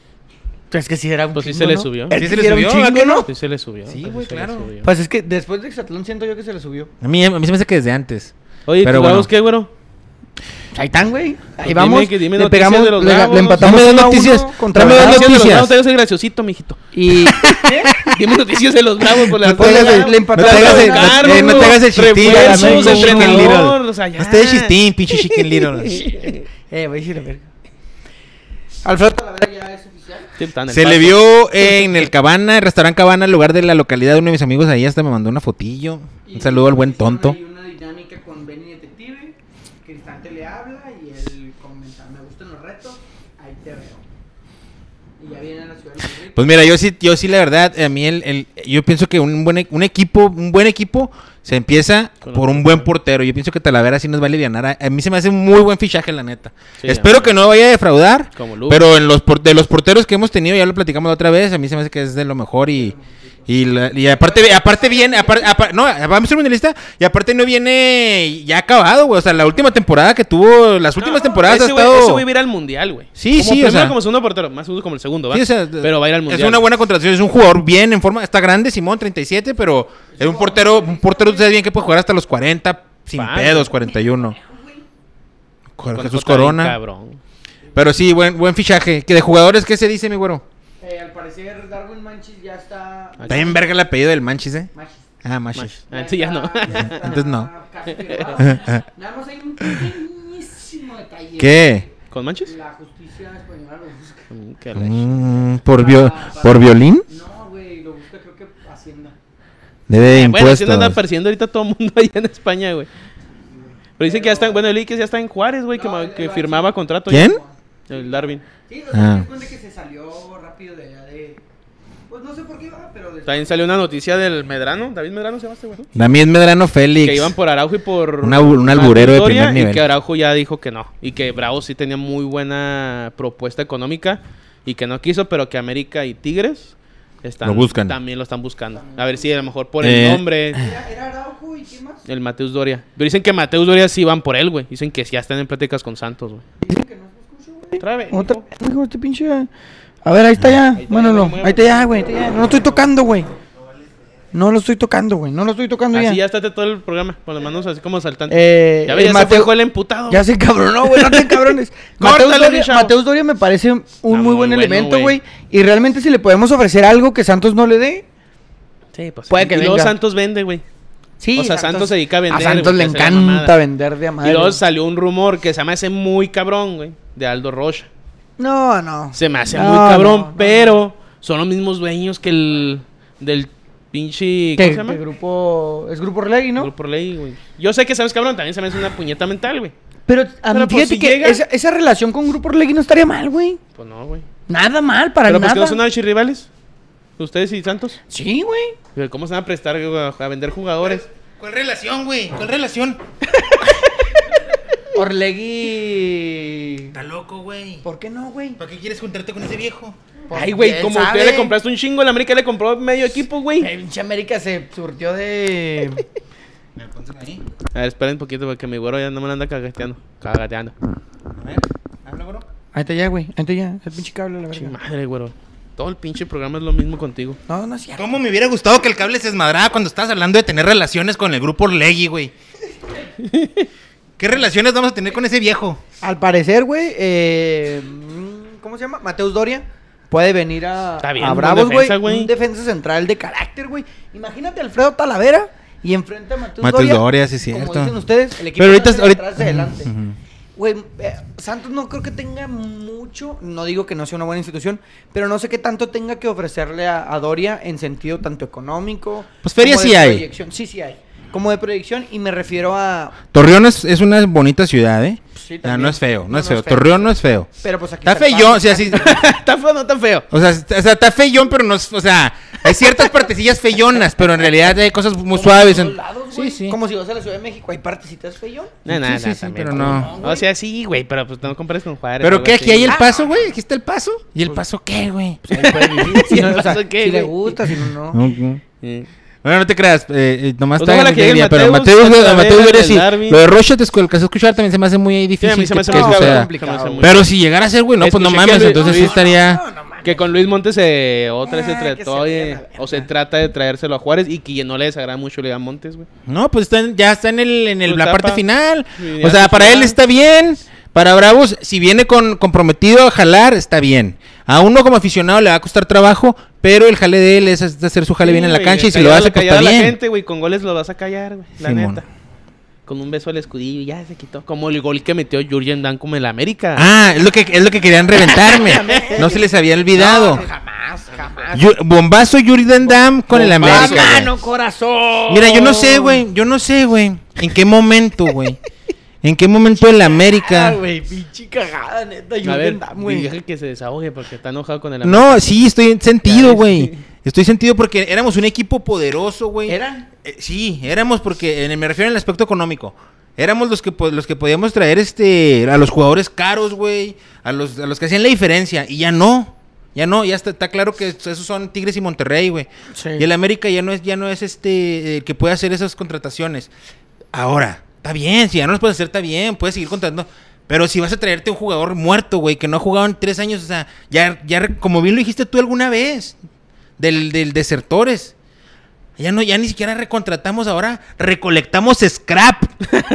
[SPEAKER 3] Es que sí era un
[SPEAKER 1] Pues sí
[SPEAKER 3] chingo,
[SPEAKER 1] se le
[SPEAKER 3] ¿no?
[SPEAKER 1] subió.
[SPEAKER 3] Es
[SPEAKER 2] Sí
[SPEAKER 3] que
[SPEAKER 2] se le
[SPEAKER 3] sí era un
[SPEAKER 2] subió,
[SPEAKER 3] chingo,
[SPEAKER 2] ¿verdad que
[SPEAKER 3] ¿no?
[SPEAKER 1] Sí se le subió.
[SPEAKER 2] Sí,
[SPEAKER 1] sí
[SPEAKER 2] güey,
[SPEAKER 1] se le
[SPEAKER 2] claro.
[SPEAKER 1] subió.
[SPEAKER 3] Pues es que después de Exatlón siento yo que se le subió.
[SPEAKER 2] A mí se me hace que desde antes.
[SPEAKER 1] Oye,
[SPEAKER 2] Pero
[SPEAKER 1] ¿tus
[SPEAKER 2] bueno.
[SPEAKER 1] bravos qué, güero?
[SPEAKER 3] Ahí están, güey. Ahí
[SPEAKER 1] Dime
[SPEAKER 3] vamos.
[SPEAKER 1] dime
[SPEAKER 3] le
[SPEAKER 1] noticias
[SPEAKER 3] pegamos,
[SPEAKER 1] de los
[SPEAKER 3] le
[SPEAKER 1] Bravos.
[SPEAKER 3] empatamos
[SPEAKER 2] Dame
[SPEAKER 3] 1-1
[SPEAKER 2] noticias.
[SPEAKER 3] contra
[SPEAKER 2] Dame
[SPEAKER 3] Bravos.
[SPEAKER 2] noticias.
[SPEAKER 1] De los Bravos, te ese graciosito, mijito.
[SPEAKER 3] Y
[SPEAKER 1] Dime noticias de los Bravos por la
[SPEAKER 3] No te hagas- le empatamos
[SPEAKER 2] No te hagas el-
[SPEAKER 3] a
[SPEAKER 2] no te hagas el chistín,
[SPEAKER 1] refuerzos,
[SPEAKER 2] amigo, Chicken
[SPEAKER 1] entrenador,
[SPEAKER 2] Little.
[SPEAKER 1] o sea, ya.
[SPEAKER 2] No esté de chistín, pinche Chicken Little.
[SPEAKER 3] voy a decir la verga. Alfredo Talavera ya es oficial.
[SPEAKER 1] Sí, está en el
[SPEAKER 2] Se le
[SPEAKER 1] pasto.
[SPEAKER 2] vio en el Cabana, el restaurante Cabana, el lugar de la localidad. Uno de mis amigos ahí hasta me mandó una fotillo. Un saludo al buen tonto.
[SPEAKER 3] Hay una dinámica con Benny Detective. Cristante le habla y él comenta: me gustan los retos, ahí te veo. Y ya viene a la ciudad de Madrid.
[SPEAKER 2] Pues mira, yo sí la verdad, a mí yo pienso que un buen equipo se empieza
[SPEAKER 1] Con
[SPEAKER 2] por
[SPEAKER 1] un
[SPEAKER 2] un buen portero. Yo pienso que Talavera sí nos va a alivianar. A mí se me hace un muy buen fichaje, la neta.
[SPEAKER 1] Sí,
[SPEAKER 2] Espero
[SPEAKER 1] a
[SPEAKER 2] que no vaya a defraudar,
[SPEAKER 1] Como Luke.
[SPEAKER 2] pero de los porteros que hemos tenido, ya lo platicamos la otra vez, a mí se me hace que es de lo mejor y aparte viene, no, vamos a ser mundialista y aparte no viene ya acabado, güey. O sea, la última temporada que tuvo, las últimas temporadas ha
[SPEAKER 1] ese güey,
[SPEAKER 2] estado...
[SPEAKER 1] ese güey va a ir al mundial, güey.
[SPEAKER 2] Sí,
[SPEAKER 1] como
[SPEAKER 2] sí, o
[SPEAKER 1] primero
[SPEAKER 2] sea.
[SPEAKER 1] como segundo portero, más segundo como el segundo, ¿va?
[SPEAKER 2] Sí, o sea,
[SPEAKER 1] pero va a ir al mundial.
[SPEAKER 2] Es una buena contratación, es un jugador bien en forma, está grande, Simón, 37, pero es un portero, ustedes bien que puede jugar hasta los 40 sin
[SPEAKER 1] Padre.
[SPEAKER 2] pedos, 41.
[SPEAKER 1] Con
[SPEAKER 2] Jesús
[SPEAKER 1] Jota bien
[SPEAKER 2] Corona.
[SPEAKER 1] cabrón.
[SPEAKER 2] Pero sí, buen fichaje. ¿Que de jugadores qué se dice, mi güero?
[SPEAKER 3] Al parecer, Darwin Manchis ya está.
[SPEAKER 2] Está bien verga el apellido del Manchis, ¿eh?
[SPEAKER 3] Manchis.
[SPEAKER 2] Ah, Manchis.
[SPEAKER 1] Ah, sí, ya no.
[SPEAKER 2] Antes no.
[SPEAKER 3] casi firmado. Nada más hay un pequeñísimo detalle.
[SPEAKER 2] ¿Qué?
[SPEAKER 1] ¿Con manches?
[SPEAKER 3] La justicia española lo busca.
[SPEAKER 1] Qué leche.
[SPEAKER 2] ¿Por violín?
[SPEAKER 3] No, güey, lo busca creo que Hacienda.
[SPEAKER 2] Debe de
[SPEAKER 1] Bueno, así
[SPEAKER 2] impuestos.
[SPEAKER 1] anda persiguiendo ahorita todo el mundo allá en España, güey. Pero dicen que ya están, bueno, el que ya está en Juárez, güey, que firmaba contrato.
[SPEAKER 2] ¿Quién?
[SPEAKER 1] Ya. El Darwin.
[SPEAKER 3] Sí,
[SPEAKER 2] Ah.
[SPEAKER 3] se cuenta que se salió rápido de allá de. Pues no sé por qué va, pero.
[SPEAKER 1] También salió una noticia del Medrano, David Medrano se llama este güey, ¿no?
[SPEAKER 2] Damián Medrano Félix.
[SPEAKER 1] Que iban por Araujo y por
[SPEAKER 2] Un alburero de
[SPEAKER 1] Victoria,
[SPEAKER 2] primer nivel.
[SPEAKER 1] Y que Araujo ya dijo que no. Y que Bravos sí tenía muy buena propuesta económica y que no quiso, pero que América y Tigres
[SPEAKER 2] Lo buscan.
[SPEAKER 1] también lo están buscando. A ver si a lo mejor por el nombre,
[SPEAKER 3] Era Araujo y quién más.
[SPEAKER 1] el Mateus Doria. Pero dicen que Mateus Doria sí van por él, güey. Dicen que ya están en pláticas con Santos, güey.
[SPEAKER 3] Dicen que no se escucha, güey.
[SPEAKER 1] Otra vez.
[SPEAKER 3] Otra
[SPEAKER 1] hijo.
[SPEAKER 3] vez, hijo, este pinche. A ver, ahí está ya.
[SPEAKER 1] Ahí está,
[SPEAKER 3] Bueno,
[SPEAKER 1] güey,
[SPEAKER 3] ahí está ya, güey. No lo estoy tocando, güey. No lo estoy tocando, güey. No lo estoy tocando
[SPEAKER 1] Así ya
[SPEAKER 3] ya.
[SPEAKER 1] está todo el programa, con las manos así como saltando. Ya ves, ya se
[SPEAKER 3] Mateo-
[SPEAKER 1] fue el emputado.
[SPEAKER 3] Ya se cabronó, güey, no te cabrones.
[SPEAKER 1] Córtale, mi chavo.
[SPEAKER 3] Mateus Doria me parece un muy
[SPEAKER 1] muy
[SPEAKER 3] buen
[SPEAKER 1] bueno,
[SPEAKER 3] elemento,
[SPEAKER 1] güey.
[SPEAKER 3] güey. Y realmente si le podemos ofrecer algo que Santos no le dé.
[SPEAKER 1] Sí, pues.
[SPEAKER 3] Puede que
[SPEAKER 1] y luego
[SPEAKER 3] venga.
[SPEAKER 1] Santos vende, güey.
[SPEAKER 3] Sí,
[SPEAKER 1] O sea, Santos se dedica a vender,
[SPEAKER 3] A Santos
[SPEAKER 1] güey,
[SPEAKER 3] le
[SPEAKER 1] que hace la
[SPEAKER 3] encanta
[SPEAKER 1] mamada.
[SPEAKER 3] vender de a madre.
[SPEAKER 1] Y luego salió un rumor que se me hace muy cabrón, güey, de Aldo Rocha.
[SPEAKER 3] No.
[SPEAKER 1] Se me hace
[SPEAKER 3] No,
[SPEAKER 1] muy cabrón,
[SPEAKER 3] no, no.
[SPEAKER 1] pero son los mismos dueños que el del pinche... ¿Cómo
[SPEAKER 3] ¿Qué
[SPEAKER 1] se llama?
[SPEAKER 3] grupo? Es Grupo Orlegui, ¿no?
[SPEAKER 1] Grupo Orlegui, güey. Yo sé que sabes cabrón, también se me hace una puñeta mental, güey.
[SPEAKER 3] Pero a mí,
[SPEAKER 1] Pero, pues,
[SPEAKER 3] fíjate
[SPEAKER 1] si
[SPEAKER 3] que
[SPEAKER 1] llega-
[SPEAKER 3] esa relación con Grupo Orlegui no estaría mal, güey.
[SPEAKER 1] Pues no, güey.
[SPEAKER 3] Nada mal, para
[SPEAKER 1] Pero pues
[SPEAKER 3] nada.
[SPEAKER 1] que no son archirrivales. Ustedes y Santos.
[SPEAKER 3] Sí, güey.
[SPEAKER 1] Pero ¿cómo se van a prestar güey, a vender jugadores?
[SPEAKER 2] ¿Cuál relación, güey? ¿Cuál relación?
[SPEAKER 3] Orlegui.
[SPEAKER 2] Está loco, güey.
[SPEAKER 3] ¿Por qué no, güey?
[SPEAKER 2] ¿Para qué quieres juntarte con ese viejo?
[SPEAKER 1] Ay, güey,
[SPEAKER 3] ¿Quién
[SPEAKER 1] como
[SPEAKER 3] sabe?
[SPEAKER 1] usted le compraste un chingo, el América le compró medio equipo, güey.
[SPEAKER 3] El pinche América se surtió de.
[SPEAKER 1] A ver, esperen un poquito porque mi güero ya no me lo anda cagateando. Cagateando.
[SPEAKER 2] A ver, habla, bro.
[SPEAKER 3] Ahí está ya, güey. Ahí está ya. El pinche cable, la
[SPEAKER 1] Pinche
[SPEAKER 3] verdad.
[SPEAKER 1] madre, güero. Todo el pinche programa es lo mismo contigo.
[SPEAKER 3] No, no es cierto.
[SPEAKER 2] ¿Cómo me hubiera gustado que el cable se desmadrara cuando estabas hablando de tener relaciones con el grupo Orlegui, güey? ¿Qué relaciones vamos a tener con ese viejo?
[SPEAKER 3] Al parecer, güey, ¿cómo se llama? Mateus Doria puede venir
[SPEAKER 1] Está bien,
[SPEAKER 3] a
[SPEAKER 1] buen
[SPEAKER 3] Bravos,
[SPEAKER 1] defensa,
[SPEAKER 3] güey.
[SPEAKER 1] güey.
[SPEAKER 3] Un defensa central de carácter, güey. Imagínate a Alfredo Talavera y enfrente a Mateus
[SPEAKER 2] Mateus
[SPEAKER 3] Doria.
[SPEAKER 2] Doria, sí, cierto.
[SPEAKER 3] Como dicen ustedes, el equipo
[SPEAKER 2] Pero ahorita...
[SPEAKER 3] no viene
[SPEAKER 2] ahorita...
[SPEAKER 3] atrás de adelante.
[SPEAKER 2] Ujú.
[SPEAKER 3] Güey, Santos no creo que tenga mucho, no digo que no sea una buena institución, pero no sé qué tanto tenga que ofrecerle a Doria en sentido tanto económico.
[SPEAKER 2] Pues feria
[SPEAKER 3] como de
[SPEAKER 2] sí hay.
[SPEAKER 3] proyección. Sí, sí hay. Como de proyección y me refiero a...
[SPEAKER 2] Torreón es una bonita ciudad, ¿eh?
[SPEAKER 3] Sí,
[SPEAKER 2] O sea,
[SPEAKER 3] también.
[SPEAKER 2] no es feo, no
[SPEAKER 3] No,
[SPEAKER 2] es
[SPEAKER 3] no
[SPEAKER 2] feo.
[SPEAKER 3] es feo.
[SPEAKER 2] Torreón no es feo.
[SPEAKER 3] Pero pues aquí
[SPEAKER 2] Está
[SPEAKER 3] está el
[SPEAKER 2] feyón,
[SPEAKER 3] paso.
[SPEAKER 2] o sea, sí...
[SPEAKER 1] ¿Tan feo o no tan feo?
[SPEAKER 2] O sea, está feyón, pero no es... O sea, hay ciertas partecillas feyonas, pero en realidad hay cosas muy
[SPEAKER 3] Como
[SPEAKER 2] suaves.
[SPEAKER 3] en todos lados, güey.
[SPEAKER 2] Sí, sí.
[SPEAKER 3] Como si vas a la Ciudad de México, hay partecitas feyón.
[SPEAKER 1] No, no,
[SPEAKER 2] Sí,
[SPEAKER 1] no,
[SPEAKER 2] sí,
[SPEAKER 1] también.
[SPEAKER 2] pero no.
[SPEAKER 1] O sea, sí, güey, pero pues no compares con Juárez.
[SPEAKER 2] ¿Pero
[SPEAKER 1] algo
[SPEAKER 2] qué?
[SPEAKER 1] así.
[SPEAKER 2] ¿Aquí hay el
[SPEAKER 3] Ah,
[SPEAKER 2] paso,
[SPEAKER 3] no.
[SPEAKER 2] güey? ¿Aquí está el paso? ¿Y el paso qué, güey?
[SPEAKER 3] Pues ahí puede vivir. Si,
[SPEAKER 1] ¿Y
[SPEAKER 3] no,
[SPEAKER 1] el
[SPEAKER 3] o sea,
[SPEAKER 1] paso qué,
[SPEAKER 3] si le
[SPEAKER 1] güey?
[SPEAKER 3] gusta, si no, no.
[SPEAKER 2] Ok.
[SPEAKER 1] Sí.
[SPEAKER 2] Bueno, no te creas, nomás
[SPEAKER 1] Pues
[SPEAKER 2] está
[SPEAKER 1] ojalá
[SPEAKER 2] en
[SPEAKER 1] que llegue
[SPEAKER 2] día, pero
[SPEAKER 1] Mateus,
[SPEAKER 2] Mateus
[SPEAKER 1] Talavera,
[SPEAKER 2] Doria
[SPEAKER 1] el
[SPEAKER 2] sí.
[SPEAKER 1] Darwin.
[SPEAKER 2] Lo de Rocha, te alcancé a escuchar, también se me hace muy
[SPEAKER 1] Sí,
[SPEAKER 2] difícil
[SPEAKER 1] a mí se me hace
[SPEAKER 2] que
[SPEAKER 1] muy
[SPEAKER 2] suceda.
[SPEAKER 3] complicado.
[SPEAKER 1] Se me hace muy-
[SPEAKER 2] Pero si llegara a ser, güey, no, pues no
[SPEAKER 1] Escuché
[SPEAKER 2] mames,
[SPEAKER 1] que
[SPEAKER 2] entonces sí
[SPEAKER 1] Luis-
[SPEAKER 2] estaría...
[SPEAKER 3] No, no mames.
[SPEAKER 1] Que con Luis Montes otra vez se
[SPEAKER 3] Que
[SPEAKER 1] trató
[SPEAKER 3] se vaya a la
[SPEAKER 1] o se
[SPEAKER 3] verga.
[SPEAKER 1] trata de traérselo a Juárez y que no le desagrada mucho Liga Montes, güey.
[SPEAKER 2] No, pues ya está en
[SPEAKER 1] Su
[SPEAKER 2] la parte
[SPEAKER 1] etapa.
[SPEAKER 2] final.
[SPEAKER 1] Y
[SPEAKER 2] O
[SPEAKER 1] ya
[SPEAKER 2] sea,
[SPEAKER 1] su
[SPEAKER 2] para él
[SPEAKER 1] final.
[SPEAKER 2] está bien. Para Bravos, si viene comprometido a jalar, está bien. A uno como aficionado le va a costar trabajo, pero el jale de él es hacer su jale bien en la
[SPEAKER 1] güey,
[SPEAKER 2] cancha y si
[SPEAKER 1] callar-
[SPEAKER 2] lo hace, pues
[SPEAKER 1] callar
[SPEAKER 2] está
[SPEAKER 1] a la
[SPEAKER 2] bien.
[SPEAKER 1] gente, güey, con goles lo vas a callar, güey, la
[SPEAKER 2] Simón.
[SPEAKER 1] neta. Con un beso al escudillo y ya se quitó. Como el gol que metió Jurgen Damm como en la América.
[SPEAKER 2] Ah, es lo que querían reventarme. No se les había olvidado.
[SPEAKER 3] No, jamás, jamás.
[SPEAKER 2] Bombazo Jurgen Damm con el
[SPEAKER 1] Bombazo,
[SPEAKER 2] América.
[SPEAKER 1] güey.
[SPEAKER 3] ¡Mano, corazón!
[SPEAKER 2] Mira, yo no sé, güey. ¿En qué momento, güey? ¿En qué momento el
[SPEAKER 3] Ah,
[SPEAKER 2] América?
[SPEAKER 3] güey, pinche cagada, neta.
[SPEAKER 1] a ver,
[SPEAKER 3] Jürgen Damm, güey.
[SPEAKER 1] dije que se desahogue porque está enojado con el América.
[SPEAKER 2] No, sí, estoy sentido,
[SPEAKER 1] Ya,
[SPEAKER 2] güey.
[SPEAKER 1] sí.
[SPEAKER 2] Estoy sentido porque éramos un equipo poderoso, güey.
[SPEAKER 3] ¿Eran?
[SPEAKER 2] Sí, éramos porque me refiero en el aspecto económico. Éramos los que podíamos traer a los jugadores caros, güey, a los que hacían la diferencia y ya no. Ya está claro que esos son Tigres y Monterrey, güey.
[SPEAKER 3] Sí.
[SPEAKER 2] Y el América ya no es el que puede hacer esas contrataciones. Ahora, está bien, si ya no los puedes hacer, está bien, puedes seguir contratando. Pero si vas a traerte un jugador muerto, güey, que no ha jugado en 3 años, o sea, ya como bien lo dijiste tú alguna vez, del Desertores. Ya ni siquiera recontratamos, ahora recolectamos scrap.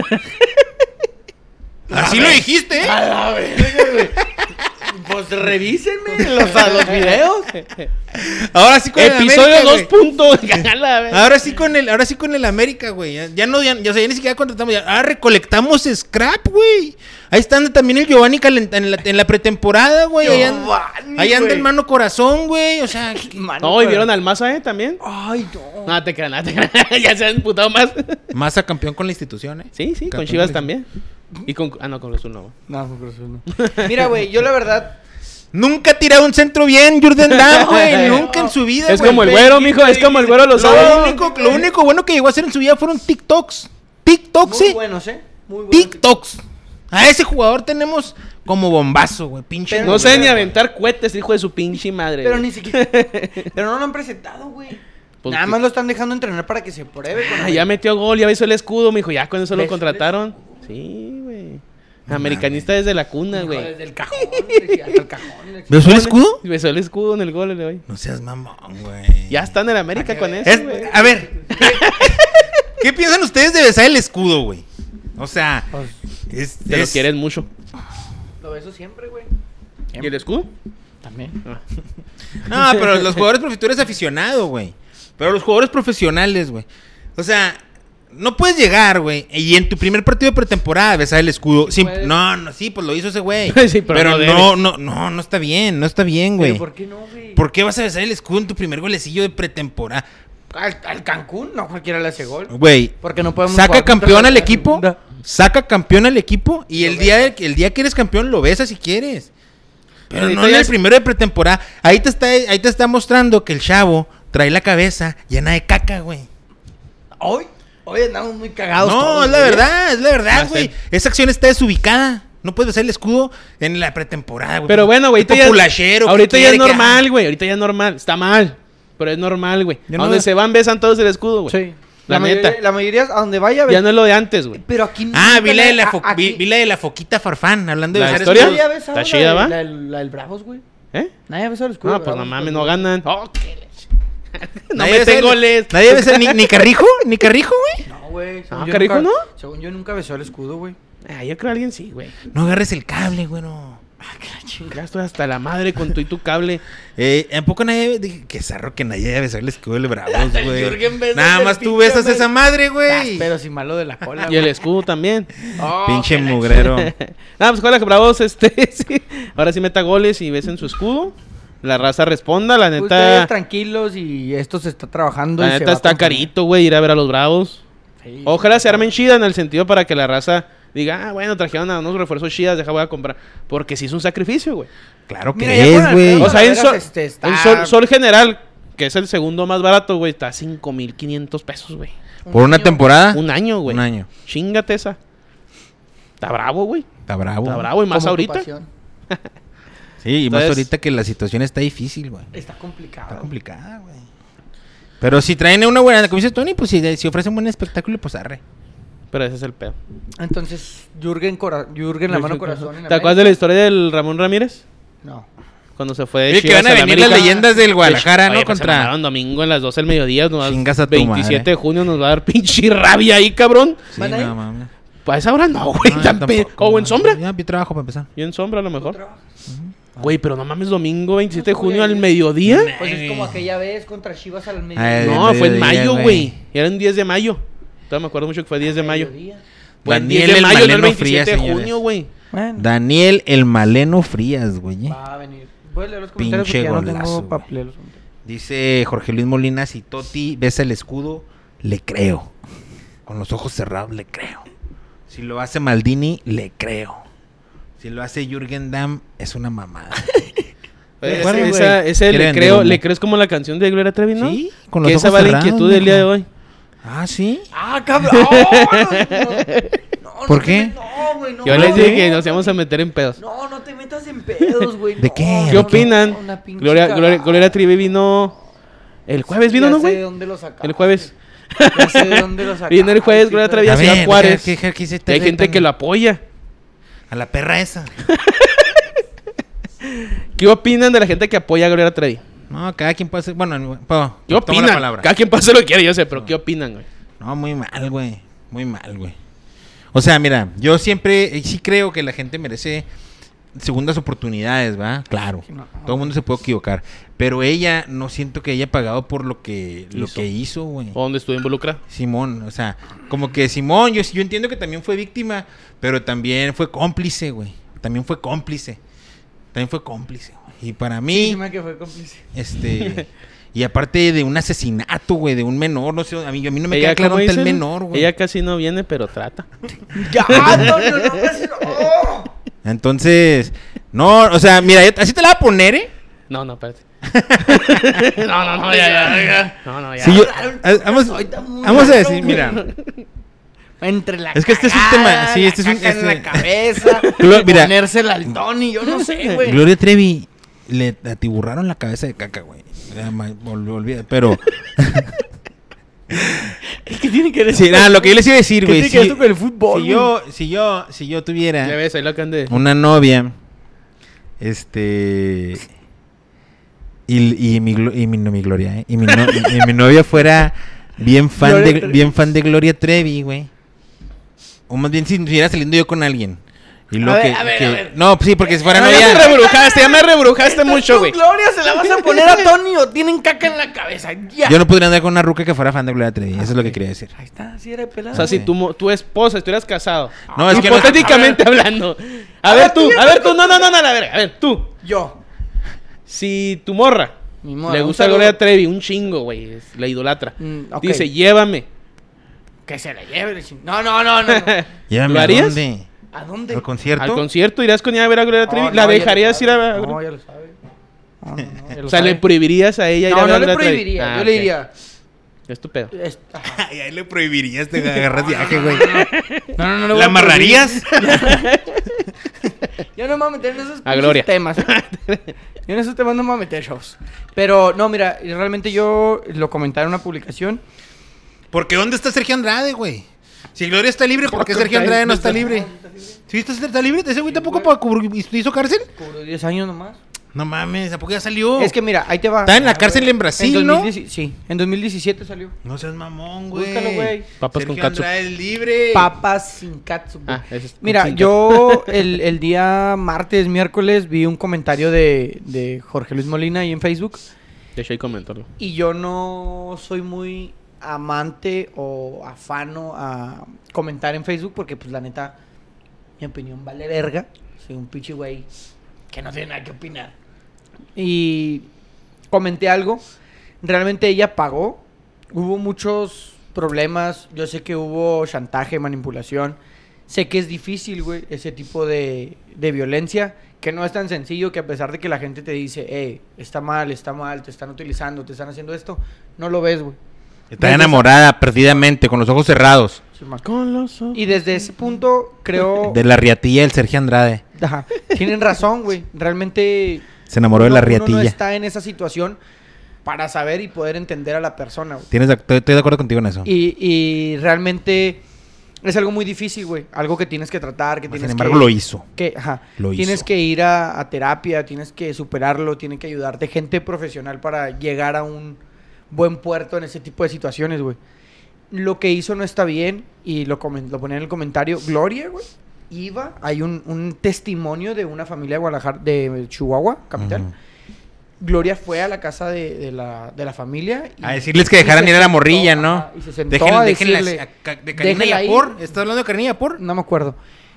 [SPEAKER 2] Así lo dijiste, ¿eh?
[SPEAKER 3] A la verga, güey. Pues revísenme los videos.
[SPEAKER 2] Ahora sí con el
[SPEAKER 1] Episodio
[SPEAKER 2] América,
[SPEAKER 1] 2
[SPEAKER 2] güey.
[SPEAKER 1] puntos. Gala, güey.
[SPEAKER 2] Ahora sí con el América, güey. Ya ni siquiera contratamos. Ahora recolectamos scrap, güey. Ahí está también el Giovanni en la pretemporada, güey. Ahí anda
[SPEAKER 3] güey.
[SPEAKER 2] el mano corazón, güey. O sea,
[SPEAKER 3] Mano,
[SPEAKER 1] No, ¿y
[SPEAKER 3] pero-
[SPEAKER 1] vieron al Maza, también?
[SPEAKER 3] Ay, no.
[SPEAKER 1] No, te crean, no te crean. Ya se han emputado más.
[SPEAKER 2] Massa campeón con la institución, ¿eh?
[SPEAKER 1] Sí, con
[SPEAKER 2] Campeón
[SPEAKER 1] Chivas
[SPEAKER 2] con la-
[SPEAKER 1] también. Y con... Ah, no, con Cruz Azul no.
[SPEAKER 3] No, por eso no. Mira, güey, yo la verdad...
[SPEAKER 2] Nunca ha tirado un centro bien, Jürgen Damm, güey. Nunca en su vida,
[SPEAKER 1] Es
[SPEAKER 2] güey.
[SPEAKER 1] como el güero, mijo, es como el güero los
[SPEAKER 2] Lo
[SPEAKER 1] sábados.
[SPEAKER 2] único bueno que llegó a hacer en su vida fueron TikToks. TikToks,
[SPEAKER 3] Muy
[SPEAKER 2] ¿eh?
[SPEAKER 3] buenos, ¿eh? Muy buenos.
[SPEAKER 2] TikToks. A ese jugador tenemos como bombazo, güey. Pinche.
[SPEAKER 3] Pero
[SPEAKER 1] No sé ni aventar cohetes, hijo de su pinche madre.
[SPEAKER 3] Pero
[SPEAKER 1] güey.
[SPEAKER 3] ni siquiera... Pero no lo han presentado, güey.
[SPEAKER 1] Pues
[SPEAKER 3] Nada
[SPEAKER 1] que-
[SPEAKER 3] más lo están dejando entrenar para que se pruebe. Con
[SPEAKER 1] Ah, ya metió gol, ya hizo el escudo, mijo. Ya con eso lo
[SPEAKER 3] ¿Ves?
[SPEAKER 1] contrataron. Sí, güey. Americanista desde la cuna,
[SPEAKER 3] Hijo,
[SPEAKER 1] güey.
[SPEAKER 3] desde el cajón, güey, hasta el cajón.
[SPEAKER 2] ¿Besó el escudo?
[SPEAKER 1] Besó el escudo en el gol, güey.
[SPEAKER 2] No seas mamón, güey.
[SPEAKER 1] Ya está en el América
[SPEAKER 3] que
[SPEAKER 1] con
[SPEAKER 3] veas.
[SPEAKER 1] eso, güey.
[SPEAKER 2] A ver. ¿Qué piensan ustedes de besar el escudo, güey? O sea,
[SPEAKER 1] Te lo quieres mucho.
[SPEAKER 3] Lo beso siempre, güey.
[SPEAKER 1] ¿Y el escudo?
[SPEAKER 3] También.
[SPEAKER 1] Ah.
[SPEAKER 2] No, pero los jugadores profesionales, tú eres aficionado, güey. Pero los jugadores profesionales, güey. O sea, no puedes llegar, güey, y en tu primer partido de pretemporada besar el escudo.
[SPEAKER 3] Sí
[SPEAKER 2] Sin-
[SPEAKER 3] puedes.
[SPEAKER 2] no, sí, pues lo hizo ese güey.
[SPEAKER 1] Sí, pero
[SPEAKER 2] pero
[SPEAKER 1] no debe.
[SPEAKER 2] no está bien, no está bien, güey.
[SPEAKER 3] ¿Pero por qué no, güey?
[SPEAKER 2] ¿Por qué vas a besar el escudo en tu primer golecillo de pretemporada?
[SPEAKER 3] Al Cancún, no cualquiera le hace gol.
[SPEAKER 2] Güey,
[SPEAKER 3] Porque no podemos
[SPEAKER 2] saca
[SPEAKER 3] jugar contra
[SPEAKER 2] campeón
[SPEAKER 3] la
[SPEAKER 2] al equipo,
[SPEAKER 3] segunda.
[SPEAKER 2] saca campeón al equipo y
[SPEAKER 3] Lo
[SPEAKER 2] el día que eres campeón lo besas si quieres. Pero
[SPEAKER 1] Ahorita
[SPEAKER 2] no en
[SPEAKER 1] ya
[SPEAKER 2] el
[SPEAKER 1] es-
[SPEAKER 2] primero de pretemporada. Ahí te está mostrando que el chavo trae la cabeza llena de caca, güey.
[SPEAKER 3] Hoy andamos muy cagados.
[SPEAKER 2] No,
[SPEAKER 3] todos,
[SPEAKER 2] es la
[SPEAKER 3] güey.
[SPEAKER 2] verdad,
[SPEAKER 1] Ya sé.
[SPEAKER 2] güey. Esa acción está desubicada. No puedes besar el escudo en la pretemporada, güey.
[SPEAKER 1] Pero bueno, güey,
[SPEAKER 2] Tipo
[SPEAKER 1] ahorita ya,
[SPEAKER 2] pulachero,
[SPEAKER 1] ahorita
[SPEAKER 2] ¿qué
[SPEAKER 1] ya es
[SPEAKER 2] quiere que
[SPEAKER 1] normal, güey. Ahorita ya es normal. Está mal. Pero es normal, güey.
[SPEAKER 2] Yo
[SPEAKER 1] A
[SPEAKER 2] no
[SPEAKER 1] donde
[SPEAKER 2] veo-
[SPEAKER 1] se van besan todos el escudo, güey.
[SPEAKER 3] Sí.
[SPEAKER 1] La neta.
[SPEAKER 3] La mayoría, a donde vaya,
[SPEAKER 1] Ya no es lo de antes, güey.
[SPEAKER 3] Pero aquí
[SPEAKER 2] Ah, vi la de la,
[SPEAKER 3] aquí-
[SPEAKER 2] vi la de la foquita farfán, hablando de
[SPEAKER 1] ¿La
[SPEAKER 2] besar
[SPEAKER 1] historia?
[SPEAKER 2] escudos.
[SPEAKER 3] Nadie ha besado
[SPEAKER 1] Está chida, ¿va?
[SPEAKER 3] la del Bravos, güey.
[SPEAKER 1] ¿Eh?
[SPEAKER 3] Nadie ha besado el escudo.
[SPEAKER 1] No, pues no mames, no ganan. Oh, qué leche. No
[SPEAKER 2] Nadie
[SPEAKER 1] meten
[SPEAKER 2] besa-
[SPEAKER 1] goles.
[SPEAKER 2] Nadie besa ni Carrijo, ni Carrijo, güey.
[SPEAKER 3] No, güey. según
[SPEAKER 1] Ah,
[SPEAKER 3] yo
[SPEAKER 1] ¿Carijo
[SPEAKER 3] nunca-
[SPEAKER 1] no?
[SPEAKER 3] Según yo nunca besó el escudo, güey.
[SPEAKER 1] Ah, yo creo que alguien sí, güey.
[SPEAKER 2] No agarres el cable, güey, no.
[SPEAKER 1] Ya estoy hasta la madre con tu y tu cable.
[SPEAKER 2] ¿En poco nadie... Dije, qué zarro que nadie haya besado el escudo del Bravos, güey.
[SPEAKER 3] Jürgen besa
[SPEAKER 2] Nada
[SPEAKER 3] el
[SPEAKER 2] más tú
[SPEAKER 3] pinche
[SPEAKER 2] besas
[SPEAKER 3] mes.
[SPEAKER 2] esa madre, güey.
[SPEAKER 3] Pero sin malo de la cola,
[SPEAKER 1] Y el escudo también.
[SPEAKER 3] Oh,
[SPEAKER 2] Pinche
[SPEAKER 3] que la
[SPEAKER 2] mugrero.
[SPEAKER 1] Nada, pues ojalá que Bravos, sí. Ahora sí meta goles y besen su escudo. La raza responda, la
[SPEAKER 3] Ustedes
[SPEAKER 1] neta.
[SPEAKER 3] tranquilos y esto se está trabajando.
[SPEAKER 1] La
[SPEAKER 3] y se
[SPEAKER 1] neta
[SPEAKER 3] va
[SPEAKER 1] está
[SPEAKER 3] a conformar.
[SPEAKER 1] carito, güey, ir a ver a los Bravos.
[SPEAKER 3] Sí,
[SPEAKER 1] Ojalá
[SPEAKER 3] sí,
[SPEAKER 1] se armen chida en el sentido para que la raza diga, bueno, trajeron a unos refuerzos chidas, deja voy a comprar. Porque sí es un sacrificio, güey.
[SPEAKER 2] Claro que
[SPEAKER 3] Mira, ya con
[SPEAKER 2] es, güey.
[SPEAKER 3] Alfredo
[SPEAKER 1] O sea, en
[SPEAKER 3] Talavera
[SPEAKER 1] Sol,
[SPEAKER 3] está-
[SPEAKER 1] en Sol General, que es el segundo más barato, güey, está a 5,500 pesos, güey.
[SPEAKER 2] Por una
[SPEAKER 3] año.
[SPEAKER 2] temporada.
[SPEAKER 1] Un año, güey.
[SPEAKER 2] Un año.
[SPEAKER 1] Chíngate esa. Está bravo, güey.
[SPEAKER 2] Está bravo.
[SPEAKER 1] Está bravo y más
[SPEAKER 3] Como tu
[SPEAKER 1] ahorita.
[SPEAKER 3] pasión.
[SPEAKER 2] Sí, y más
[SPEAKER 1] Entonces-
[SPEAKER 2] ahorita que la situación está difícil, güey.
[SPEAKER 3] Está complicado.
[SPEAKER 2] Está complicada, güey. Pero si traen una buena, como dice Tony, pues si ofrecen un buen espectáculo, pues arre.
[SPEAKER 1] Pero ese es el pedo.
[SPEAKER 3] Entonces, Jürgen la mano corazón. en
[SPEAKER 1] ¿Te acuerdas de la
[SPEAKER 3] América?
[SPEAKER 1] historia del Ramón Ramírez?
[SPEAKER 3] No.
[SPEAKER 1] Cuando se fue de
[SPEAKER 2] Oye, que
[SPEAKER 1] Chivas
[SPEAKER 2] van a
[SPEAKER 1] al
[SPEAKER 2] venir las
[SPEAKER 1] América.
[SPEAKER 2] leyendas del Guadalajara,
[SPEAKER 1] Oye,
[SPEAKER 2] ¿no?
[SPEAKER 1] pues se
[SPEAKER 2] Contra...
[SPEAKER 1] mandaron domingo en las 12 del mediodía.
[SPEAKER 2] Chingas a tu
[SPEAKER 1] 27
[SPEAKER 2] madre.
[SPEAKER 1] de junio nos va a dar pinche rabia ahí, cabrón.
[SPEAKER 2] Sí,
[SPEAKER 3] ¿Van a ir?
[SPEAKER 2] no mames.
[SPEAKER 1] Pues a esa hora no, güey.
[SPEAKER 2] No,
[SPEAKER 1] tan
[SPEAKER 2] yo
[SPEAKER 1] pe-
[SPEAKER 2] tampoco,
[SPEAKER 1] O en
[SPEAKER 2] güey.
[SPEAKER 1] sombra.
[SPEAKER 2] Ya, vi trabajo para empezar.
[SPEAKER 1] Y en sombra a lo mejor.
[SPEAKER 3] ¿Trabajas?
[SPEAKER 1] Güey, pero no mames, domingo 27 de
[SPEAKER 3] No se puede
[SPEAKER 1] junio al
[SPEAKER 3] ir.
[SPEAKER 1] mediodía.
[SPEAKER 3] Pues es como aquella vez contra Chivas al
[SPEAKER 2] Ay,
[SPEAKER 3] mediodía.
[SPEAKER 1] No, fue en
[SPEAKER 2] mediodía,
[SPEAKER 1] mayo,
[SPEAKER 2] güey.
[SPEAKER 1] güey. Era un 10 de mayo. Todavía me acuerdo mucho que fue 10 de mayo.
[SPEAKER 3] Mediodía.
[SPEAKER 1] Fue el
[SPEAKER 2] Daniel
[SPEAKER 1] 10 de
[SPEAKER 2] el
[SPEAKER 1] mayo, no el
[SPEAKER 2] Maleno
[SPEAKER 1] 27
[SPEAKER 2] Frías,
[SPEAKER 1] de
[SPEAKER 2] señores.
[SPEAKER 1] junio, güey.
[SPEAKER 3] Bueno,
[SPEAKER 2] Daniel el Maleno Frías, güey.
[SPEAKER 3] va a venir. Voy a leer los comentarios
[SPEAKER 2] Pinche
[SPEAKER 3] porque ya no
[SPEAKER 2] golazo,
[SPEAKER 3] tengo para
[SPEAKER 2] güey.
[SPEAKER 3] leer los comentarios.
[SPEAKER 2] Dice Jorge Luis Molina, si Totti besa el escudo, le creo. Con los ojos cerrados, le creo. Si lo hace Maldini, le creo. Si lo hace Jürgen Damm, es una mamada.
[SPEAKER 1] Ese,
[SPEAKER 2] acuerdo, güey.
[SPEAKER 1] ese
[SPEAKER 2] Quiere
[SPEAKER 1] le
[SPEAKER 2] vender
[SPEAKER 1] creo,
[SPEAKER 2] humo.
[SPEAKER 1] le crees como la canción de Gloria Trevi, ¿no?
[SPEAKER 2] Sí, con
[SPEAKER 1] Que
[SPEAKER 2] los
[SPEAKER 1] esa
[SPEAKER 2] ojos
[SPEAKER 1] va la
[SPEAKER 2] cerrados,
[SPEAKER 1] inquietud del día de
[SPEAKER 2] mijo.
[SPEAKER 1] hoy.
[SPEAKER 2] Ah, ¿sí?
[SPEAKER 3] ¡Ah, cabrón! No,
[SPEAKER 2] ¿Por qué?
[SPEAKER 3] No, güey, no.
[SPEAKER 1] Yo les dije que nos íbamos a meter en pedos.
[SPEAKER 3] No, no te metas en pedos, güey.
[SPEAKER 2] ¿De
[SPEAKER 3] no,
[SPEAKER 2] qué?
[SPEAKER 3] no,
[SPEAKER 1] ¿Qué
[SPEAKER 3] no,
[SPEAKER 1] opinan?
[SPEAKER 3] una pinche
[SPEAKER 1] Gloria Trevi vino... El jueves vino,
[SPEAKER 3] Ya
[SPEAKER 1] ¿no,
[SPEAKER 3] sé de
[SPEAKER 1] güey?
[SPEAKER 3] dónde lo sacaste.
[SPEAKER 1] El jueves.
[SPEAKER 3] Ya sé de dónde lo sacaste.
[SPEAKER 1] Vino el jueves, Gloria Trevi
[SPEAKER 2] A
[SPEAKER 1] a Ciudad
[SPEAKER 2] ver,
[SPEAKER 1] Juárez.
[SPEAKER 2] ¿qué se
[SPEAKER 1] Y hay gente que lo apoya.
[SPEAKER 2] A la perra esa.
[SPEAKER 1] ¿Qué opinan de la gente que apoya a Gloria Trevi?
[SPEAKER 2] No, cada quien puede hacer... Bueno,
[SPEAKER 1] ¿Qué
[SPEAKER 2] toma la
[SPEAKER 1] opinan?
[SPEAKER 2] palabra.
[SPEAKER 1] Cada quien pasa lo que quiere, yo sé, pero ¿qué opinan, güey?
[SPEAKER 2] No, muy mal, güey. Muy mal, güey. O sea, mira, yo siempre sí creo que la gente merece segundas oportunidades, ¿va? Claro.
[SPEAKER 3] No.
[SPEAKER 2] Todo el mundo se puede equivocar. Pero ella, no siento que haya pagado por lo que hizo, güey.
[SPEAKER 1] ¿O dónde estuvo involucrada?
[SPEAKER 2] Simón, o sea, como que Simón, yo entiendo que también fue víctima, pero también fue cómplice, güey. También fue cómplice. güey. Y para mí,
[SPEAKER 3] Sí, se me que fue cómplice.
[SPEAKER 2] y aparte de un asesinato, güey, de un menor, no sé, a mí no me queda claro
[SPEAKER 1] ¿cómo
[SPEAKER 2] dónde está el
[SPEAKER 1] dicen?
[SPEAKER 2] menor, güey.
[SPEAKER 1] Ella casi no viene, pero trata.
[SPEAKER 3] ¡Ya, Antonio! ¡No no!
[SPEAKER 2] Entonces, no, o sea, mira, así te la voy a poner, ¿eh?
[SPEAKER 1] No, espérate. No, ya. No, ya.
[SPEAKER 2] Si yo,
[SPEAKER 3] Vamos
[SPEAKER 2] vamos a decir, mira,
[SPEAKER 3] Entre la
[SPEAKER 2] Es que este es un
[SPEAKER 3] cagada,
[SPEAKER 2] tema, sí, este es
[SPEAKER 3] la
[SPEAKER 2] un-
[SPEAKER 3] caca en
[SPEAKER 2] este-
[SPEAKER 3] la cabeza,
[SPEAKER 2] Mira.
[SPEAKER 3] ponérsela al Tony, yo no sé, güey.
[SPEAKER 2] Gloria Trevi le atiburraron la cabeza de caca, güey. Ya, olvida, pero
[SPEAKER 3] ¿Qué tiene que ver?
[SPEAKER 2] sí, nada, lo que yo les iba a decir,
[SPEAKER 3] ¿Qué
[SPEAKER 2] güey,
[SPEAKER 3] tiene que ver esto con el fútbol,
[SPEAKER 2] si yo tuviera
[SPEAKER 1] Ya ves, ahí lo acaban de...
[SPEAKER 2] una novia, y mi Gloria, y mi novia fuera bien fan
[SPEAKER 3] Gloria
[SPEAKER 2] de
[SPEAKER 3] Trevi.
[SPEAKER 2] Gloria Trevi, güey. O más bien si estuviera saliendo yo con alguien. Y luego
[SPEAKER 3] A ver.
[SPEAKER 2] No, pues sí, porque si fuera
[SPEAKER 1] No,
[SPEAKER 2] novia.
[SPEAKER 1] ya me rebrujaste mucho, güey.
[SPEAKER 3] Gloria, ¿se la vas a poner a Tony o tienen caca en la cabeza? Ya.
[SPEAKER 2] Yo no podría andar con una ruca que fuera fan de Gloria Trevi. Eso es lo que quería decir.
[SPEAKER 3] Ahí está, sí era pelada.
[SPEAKER 1] O sea, si tu esposa estuvieras casado.
[SPEAKER 2] No, es que no-
[SPEAKER 1] hipotéticamente hablando. A ver tú, no, a ver, tú.
[SPEAKER 3] Yo.
[SPEAKER 1] Si tu morra
[SPEAKER 3] Mi morra,
[SPEAKER 1] le
[SPEAKER 3] un
[SPEAKER 1] gusta
[SPEAKER 3] saludo.
[SPEAKER 1] Gloria Trevi, un chingo, güey, la idolatra.
[SPEAKER 3] Ok.
[SPEAKER 1] Dice, llévame.
[SPEAKER 3] Que se la lleve. No.
[SPEAKER 2] Llévame
[SPEAKER 1] ¿Lo
[SPEAKER 2] a
[SPEAKER 1] harías?
[SPEAKER 2] dónde.
[SPEAKER 3] ¿A dónde?
[SPEAKER 2] ¿Al concierto?
[SPEAKER 1] Al concierto irás con ella a ver a Gloria Trevi.
[SPEAKER 3] No,
[SPEAKER 1] ¿La
[SPEAKER 3] ya lo
[SPEAKER 1] dejarías ir a ver?
[SPEAKER 3] sabe. No, ya lo sabe. No, ya lo
[SPEAKER 1] O sea,
[SPEAKER 3] sabe.
[SPEAKER 1] ¿le prohibirías a ella ir a
[SPEAKER 3] No,
[SPEAKER 1] ver a
[SPEAKER 3] no le
[SPEAKER 1] Gloria Trevi?
[SPEAKER 3] prohibiría.
[SPEAKER 1] Ah,
[SPEAKER 3] Yo le
[SPEAKER 1] ok.
[SPEAKER 3] diría.
[SPEAKER 1] Es tu pedo.
[SPEAKER 3] Ajá.
[SPEAKER 2] Ay, ahí le prohibirías de agarrar viaje, güey.
[SPEAKER 3] No, le voy
[SPEAKER 2] ¿La
[SPEAKER 3] a prohibir.
[SPEAKER 2] amarrarías?
[SPEAKER 3] Yo no me voy a meter en esos
[SPEAKER 1] A Gloria.
[SPEAKER 3] temas. Yo en esos temas no me voy a meter, shows. Pero, no, mira, realmente yo lo comenté en una publicación.
[SPEAKER 2] Porque ¿dónde está Sergio Andrade, güey? Si Gloria está libre, ¿por qué Sergio Andrade no está libre? ¿Sí está libre? ¿Ese güey tampoco hizo cárcel?
[SPEAKER 3] Cobró 10 años nomás.
[SPEAKER 2] No mames, ¿a poco ya salió?
[SPEAKER 3] Es que mira, ahí te va.
[SPEAKER 2] Está en la cárcel en Brasil, ¿no?
[SPEAKER 3] Sí, en 2017 salió.
[SPEAKER 2] No seas mamón, güey.
[SPEAKER 3] Búscalo, güey.
[SPEAKER 1] Papas
[SPEAKER 2] Sergio
[SPEAKER 1] con catsup.
[SPEAKER 2] Andrade es libre.
[SPEAKER 3] Papas sin catsup, güey.
[SPEAKER 1] Ese es con
[SPEAKER 3] Mira,
[SPEAKER 1] sin
[SPEAKER 3] yo el día martes, miércoles, vi un comentario de Jorge Luis Molina ahí en Facebook.
[SPEAKER 1] catsup. De hecho, ahí comentarlo.
[SPEAKER 3] Y yo no soy muy amante o afano a comentar en Facebook porque, pues, la neta, mi opinión vale verga. Soy un pinche güey que no tiene nada que opinar. Y comenté algo. Realmente ella pagó. Hubo muchos problemas. Yo sé que hubo chantaje, manipulación. Sé que es difícil, güey, ese tipo de violencia. Que no es tan sencillo, que a pesar de que la gente te dice, está mal, te están utilizando, te están haciendo esto, no lo ves, güey.
[SPEAKER 2] Está enamorada perdidamente, con los ojos cerrados.
[SPEAKER 3] Sí, man.
[SPEAKER 1] Con los ojos.
[SPEAKER 3] Y desde ese punto, creo...
[SPEAKER 2] De la riatilla del Sergio Andrade.
[SPEAKER 3] Ajá, tienen razón, güey. Realmente...
[SPEAKER 2] Se enamoró de la
[SPEAKER 3] Uno no
[SPEAKER 2] riatilla.
[SPEAKER 3] está en esa situación para saber y poder entender a la persona, güey.
[SPEAKER 2] Estoy de acuerdo contigo en eso.
[SPEAKER 3] Y realmente es algo muy difícil, güey. Algo que tienes que tratar, que
[SPEAKER 2] Sin
[SPEAKER 3] tienes
[SPEAKER 2] embargo,
[SPEAKER 3] que...
[SPEAKER 2] lo hizo. Lo
[SPEAKER 3] Tienes
[SPEAKER 2] hizo.
[SPEAKER 3] que ir a terapia, tienes que superarlo, tiene que ayudarte gente profesional para llegar a un buen puerto en ese tipo de situaciones, güey. Lo que hizo no está bien y lo ponía en el comentario. Gloria, güey, hay un testimonio de una familia de Guadalajara, de Chihuahua, capital.
[SPEAKER 2] Ujú.
[SPEAKER 3] Gloria fue a la casa de la familia.
[SPEAKER 2] A decirles que dejaran
[SPEAKER 3] y se
[SPEAKER 2] ir a la
[SPEAKER 3] sentó,
[SPEAKER 2] morrilla, ¿no?
[SPEAKER 3] ajá, y se sentó a decirle...
[SPEAKER 2] de Karina
[SPEAKER 3] déjenla
[SPEAKER 2] Yapor.
[SPEAKER 3] ir.
[SPEAKER 2] ¿Estás hablando de Karina Yapor?
[SPEAKER 3] No me acuerdo.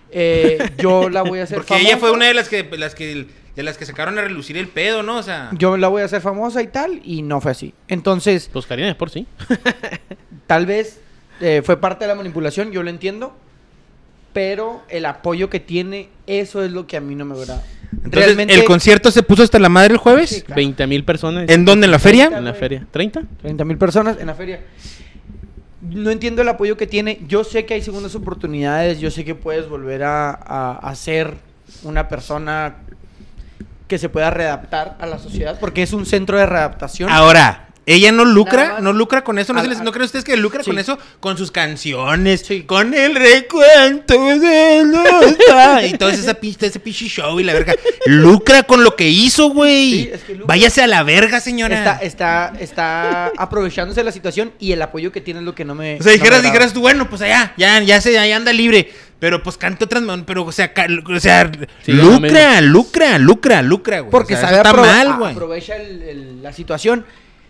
[SPEAKER 3] Yo la voy a hacer
[SPEAKER 2] Porque ella fue una de las que sacaron a relucir el pedo, ¿no? O sea,
[SPEAKER 3] Yo la voy a hacer famosa y tal, y no fue así. Entonces,
[SPEAKER 1] Pues Karina por sí.
[SPEAKER 3] tal vez fue parte de la manipulación, yo lo entiendo, pero el apoyo que tiene, eso es lo que a mí no me agrada.
[SPEAKER 2] entonces el concierto se puso hasta la madre el jueves.
[SPEAKER 3] Sí, claro.
[SPEAKER 1] 20,000 personas.
[SPEAKER 2] ¿En dónde? ¿En la feria?
[SPEAKER 1] En la feria. ¿30?
[SPEAKER 3] 30,000 personas en la feria. No entiendo el apoyo que tiene. Yo sé que hay segundas oportunidades, yo sé que puedes volver a ser una persona que se pueda readaptar a la sociedad, porque es un centro de readaptación.
[SPEAKER 2] Ahora, ella no
[SPEAKER 3] Nada
[SPEAKER 2] lucra,
[SPEAKER 3] más.
[SPEAKER 2] no lucra con eso, ¿no
[SPEAKER 3] ¿No
[SPEAKER 2] creen ustedes que lucra
[SPEAKER 3] sí.
[SPEAKER 2] con eso? Con sus canciones,
[SPEAKER 3] Sí.
[SPEAKER 2] con el recuento de los y todo ese pinche show y la verga. Lucra con lo que hizo, güey.
[SPEAKER 3] Sí, es que lucra.
[SPEAKER 2] Váyase a la verga, señora.
[SPEAKER 3] Está aprovechándose de la situación y el apoyo que tiene es lo que no me...
[SPEAKER 2] O sea,
[SPEAKER 3] no me agrada.
[SPEAKER 2] dijeras tú, bueno, pues allá, ya anda libre. Pero pues cante otras, pero o sea,
[SPEAKER 1] Sí, lo
[SPEAKER 2] lucra, güey.
[SPEAKER 3] Porque
[SPEAKER 2] O sea,
[SPEAKER 3] sabe
[SPEAKER 2] eso está mal, güey.
[SPEAKER 3] aprovecha la situación.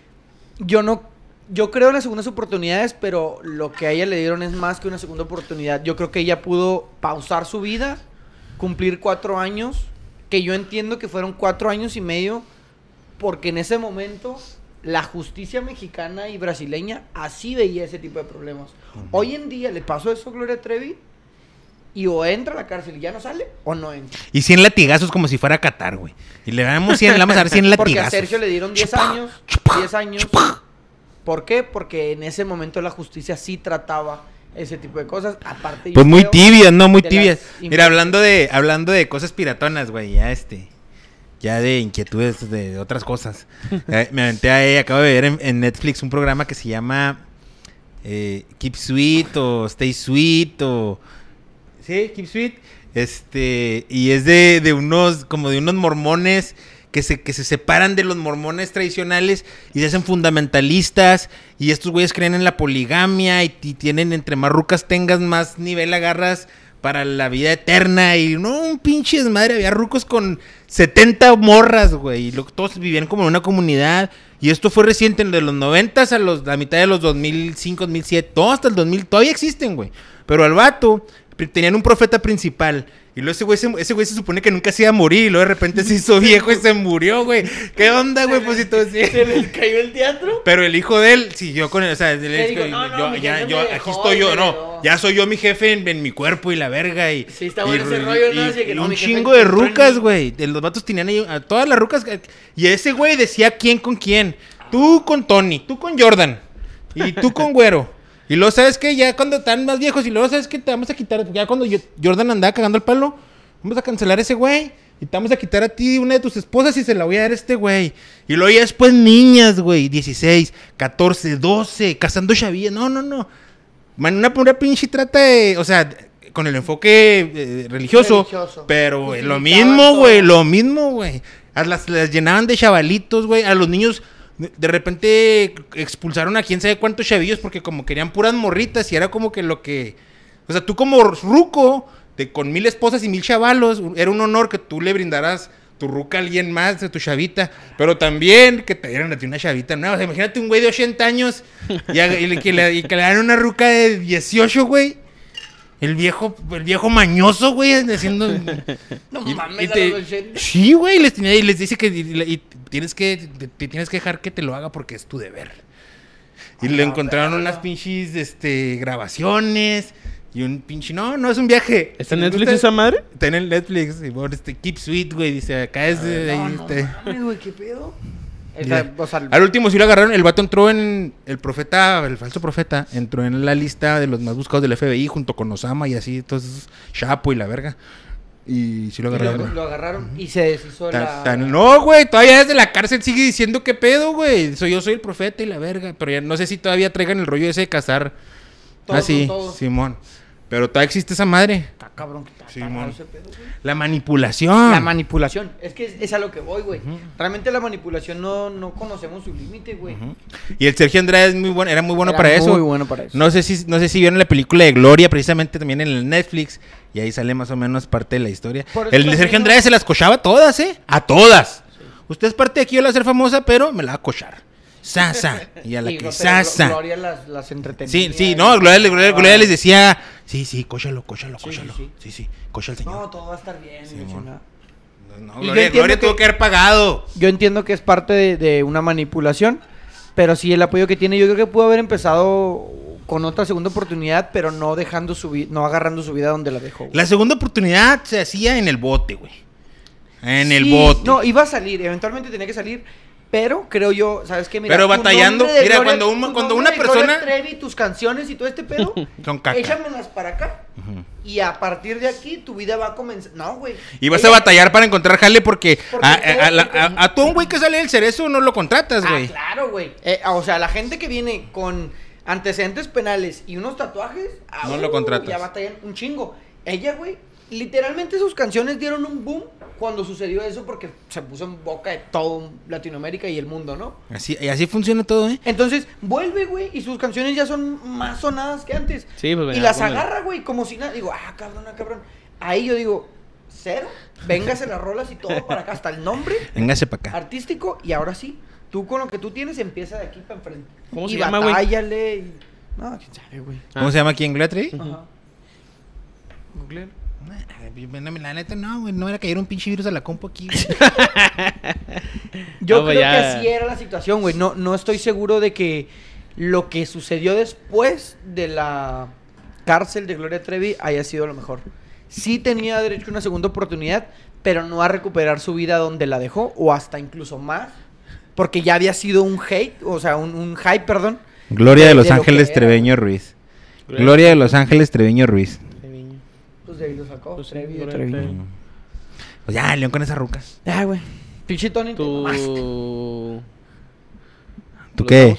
[SPEAKER 3] Yo creo en las segundas oportunidades, pero lo que a ella le dieron es más que una segunda oportunidad. Yo creo que ella pudo pausar su vida, cumplir 4 años, que yo entiendo que fueron 4 años y medio, porque en ese momento la justicia mexicana y brasileña así veía ese tipo de problemas. Hoy en día le pasó eso a Gloria Trevi y o entra a la cárcel y ya no sale, o no entra.
[SPEAKER 2] Y 100 latigazos como si fuera a Qatar, güey. Y le vamos a dar 100 latigazos.
[SPEAKER 3] Porque a Sergio le dieron 10 años. 10 años. ¿Por qué? Porque en ese momento la justicia sí trataba ese tipo de cosas. Aparte,
[SPEAKER 2] Pues
[SPEAKER 3] yo
[SPEAKER 2] muy
[SPEAKER 3] creo
[SPEAKER 2] tibias, ¿no? Muy
[SPEAKER 3] de
[SPEAKER 2] tibias.
[SPEAKER 3] las
[SPEAKER 2] Mira, hablando de cosas piratonas, güey, ya de inquietudes de otras cosas. Me aventé ahí, acabo de ver en Netflix un programa que se llama Keep Sweet o Stay Sweet o... Sí, Keep Sweet. Y es de unos mormones que se separan de los mormones tradicionales y se hacen fundamentalistas, y estos güeyes creen en la poligamia y tienen, entre más rucas tengas, más nivel agarras para la vida eterna. Y no, un pinche desmadre, había rucos con 70 morras, güey, y todos vivían como en una comunidad. Y esto fue reciente, de los 90s a la mitad de los 2005, 2007, todo hasta el 2000, todavía existen, güey. Pero al vato tenían un profeta principal. Y luego ese güey se supone que nunca se iba a morir. Y luego de repente se hizo viejo y se murió, güey. ¿Qué onda, güey? Pues entonces...
[SPEAKER 3] ¿Se les cayó el teatro?
[SPEAKER 2] Pero el hijo de él siguió con él. O sea,
[SPEAKER 3] dijo, no, mi jefe me
[SPEAKER 2] aquí
[SPEAKER 3] dejó
[SPEAKER 2] estoy
[SPEAKER 3] y
[SPEAKER 2] yo,
[SPEAKER 3] me
[SPEAKER 2] no.
[SPEAKER 3] dejó.
[SPEAKER 2] Ya soy yo mi jefe en mi cuerpo y la verga. Y,
[SPEAKER 3] Sí, está bueno ese rollo, ¿no? Así que no,
[SPEAKER 2] un
[SPEAKER 3] mi jefe
[SPEAKER 2] chingo de
[SPEAKER 3] encontró en
[SPEAKER 2] rucas,
[SPEAKER 3] mí.
[SPEAKER 2] güey. Los vatos tenían ahí a todas las rucas. Y ese güey decía quién con quién. Tú con Tony, tú con Jordan. Y tú con Güero. Y luego, ¿sabes qué? Ya cuando están más viejos, y luego, ¿sabes qué? Te vamos a quitar. Ya cuando Jordan andaba cagando el palo, vamos a cancelar a ese güey. y te vamos a quitar a ti una de tus esposas y se la voy a dar a este güey. Y luego ya después niñas, güey, 16, 14, 12, casando chavillas. No. Man, una pinche trata de, o sea, con el enfoque religioso, pero lo mismo, güey. Las llenaban de chavalitos, güey. A los niños, de repente, expulsaron a quién sabe cuántos chavillos porque como querían puras morritas y era como que lo que... O sea, tú como ruco, con 1000 esposas y 1000 chavalos, era un honor que tú le brindaras tu ruca a alguien más, de tu chavita, pero también que te dieran a ti una chavita nueva. O sea, imagínate un güey de 80 años y que le dan una ruca de 18, güey. El viejo mañoso, güey, haciendo...
[SPEAKER 3] No
[SPEAKER 2] y,
[SPEAKER 3] mames,
[SPEAKER 2] y te, sí, güey, y les dice que tienes que dejar que te lo haga porque es tu deber. Y le encontraron unas pinches grabaciones y un pinche... No es un viaje.
[SPEAKER 1] ¿Está en Netflix esa madre?
[SPEAKER 2] Está en el Netflix. Y por Keep Sweet, güey, dice, acá es de...
[SPEAKER 3] No mames, güey, ¿qué pedo?
[SPEAKER 2] O sea, al último sí lo agarraron. El vato entró en el falso profeta, entró en la lista de los más buscados del FBI junto con Osama y así, entonces Chapo y la verga. Y sí lo agarraron.
[SPEAKER 3] Lo agarraron y se deshizo
[SPEAKER 2] No, güey, todavía desde la cárcel sigue diciendo qué pedo, güey. Yo soy el profeta y la verga. Pero ya no sé si todavía traigan el rollo ese de casar. Así, Simón. Pero todavía existe esa madre.
[SPEAKER 3] Está cabrón que está
[SPEAKER 2] Simón.
[SPEAKER 3] ese pedo, güey.
[SPEAKER 2] La manipulación.
[SPEAKER 3] La manipulación. Es que es a lo que voy, güey. Realmente la manipulación no conocemos su límite, güey.
[SPEAKER 2] Y el Sergio Andrade era muy bueno para eso.
[SPEAKER 3] Muy bueno para eso.
[SPEAKER 2] No sé si vieron la película de Gloria, precisamente también en el Netflix. Y ahí sale más o menos parte de la historia. El de Sergio Andrade se las cochaba a todas, ¿eh? A todas. Sí. Usted es parte de aquí, yo la voy a ser famosa, pero me la va a cochar. Sasa. Y a la que Sasa.
[SPEAKER 3] Gloria las entretenía.
[SPEAKER 2] Sí, no, Gloria les decía, sí, cóchalo. Sí, cocha al señor.
[SPEAKER 3] No, todo va a estar bien.
[SPEAKER 2] Sí, no, Gloria tuvo que haber pagado.
[SPEAKER 3] Yo entiendo que es parte de una manipulación, pero sí el apoyo que tiene, yo creo que pudo haber empezado con otra segunda oportunidad, pero no agarrando su vida donde la dejó.
[SPEAKER 2] Güey. La segunda oportunidad se hacía en el bote, güey. El bote.
[SPEAKER 3] No, iba a salir, eventualmente tenía que salir. Pero creo yo, ¿sabes qué? Mira,
[SPEAKER 2] pero batallando, mira,
[SPEAKER 3] Gloria,
[SPEAKER 2] cuando una persona...
[SPEAKER 3] Trevi, tus canciones y todo este pedo,
[SPEAKER 2] son caca.
[SPEAKER 3] Échamelas para acá. Y a partir de aquí tu vida va a comenzar. No, güey.
[SPEAKER 2] Y vas a batallar para encontrar jale porque a todo un güey que sale del Cerezo no lo contratas, güey.
[SPEAKER 3] Claro, güey. O sea, la gente que viene con antecedentes penales y unos tatuajes,
[SPEAKER 2] no lo contratas.
[SPEAKER 3] Ya batallan un chingo. Ella, güey, literalmente sus canciones dieron un boom cuando sucedió eso porque se puso en boca de todo Latinoamérica y el mundo, ¿no?
[SPEAKER 2] Así funciona todo, ¿eh?
[SPEAKER 3] Entonces, vuelve, güey, y sus canciones ya son más sonadas que antes.
[SPEAKER 1] Sí, pues
[SPEAKER 3] y las agarra, güey, como si nada. Digo, cabrón. Ahí yo digo, cero, véngase las rolas y todo para acá, hasta el nombre.
[SPEAKER 2] Véngase para acá.
[SPEAKER 3] Artístico, y ahora sí, tú con lo que tú tienes empieza de aquí para enfrente.
[SPEAKER 1] ¿Cómo se llama, güey?
[SPEAKER 3] Batállale. No, quién sabe, güey.
[SPEAKER 2] ¿Cómo se llama aquí en Gloria Trevi?
[SPEAKER 3] Ajá. Google.
[SPEAKER 2] La neta, no, güey, no era caer un pinche virus a la compu aquí, güey.
[SPEAKER 3] Yo creo que así era la situación, güey. No estoy seguro de que lo que sucedió después de la cárcel de Gloria Trevi haya sido lo mejor. Sí tenía derecho a una segunda oportunidad, pero no a recuperar su vida donde la dejó, o hasta incluso más, porque ya había sido un hype, perdón.
[SPEAKER 2] Gloria de Los Ángeles Treviño Ruiz. Gloria de Los Ángeles Treviño Ruiz.
[SPEAKER 3] Pues de ahí lo sacó.
[SPEAKER 1] Pues
[SPEAKER 3] Trevi.
[SPEAKER 2] Pues ya, León con esa ruca.
[SPEAKER 3] Ya, güey. Pinche Tony.
[SPEAKER 2] ¿Tú qué?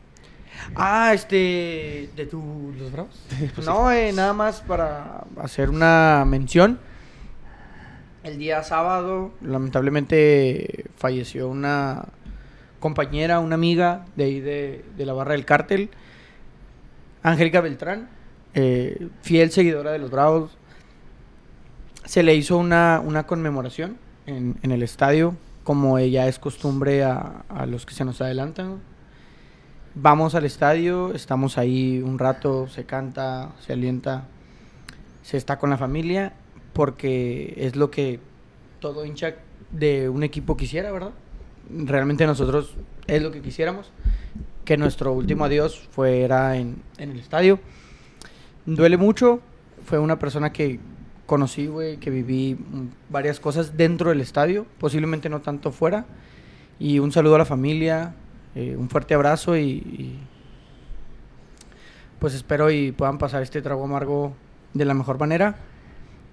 [SPEAKER 3] ¿Los Bravos? No, nada más para hacer una mención. El día sábado, lamentablemente, falleció una compañera, una amiga de ahí de la barra del Cártel, Angélica Beltrán, fiel seguidora de los Bravos. Se le hizo una conmemoración en el estadio, como ya es costumbre a los que se nos adelantan. Vamos al estadio, estamos ahí un rato, se canta, se alienta, se está con la familia, porque es lo que todo hincha de un equipo quisiera, ¿verdad? Realmente nosotros es lo que quisiéramos, que nuestro último adiós fuera en el estadio. Duele mucho, fue una persona que conocí, güey, que viví varias cosas dentro del estadio, posiblemente no tanto fuera. Y un saludo a la familia, un fuerte abrazo y pues espero y puedan pasar este trago amargo de la mejor manera.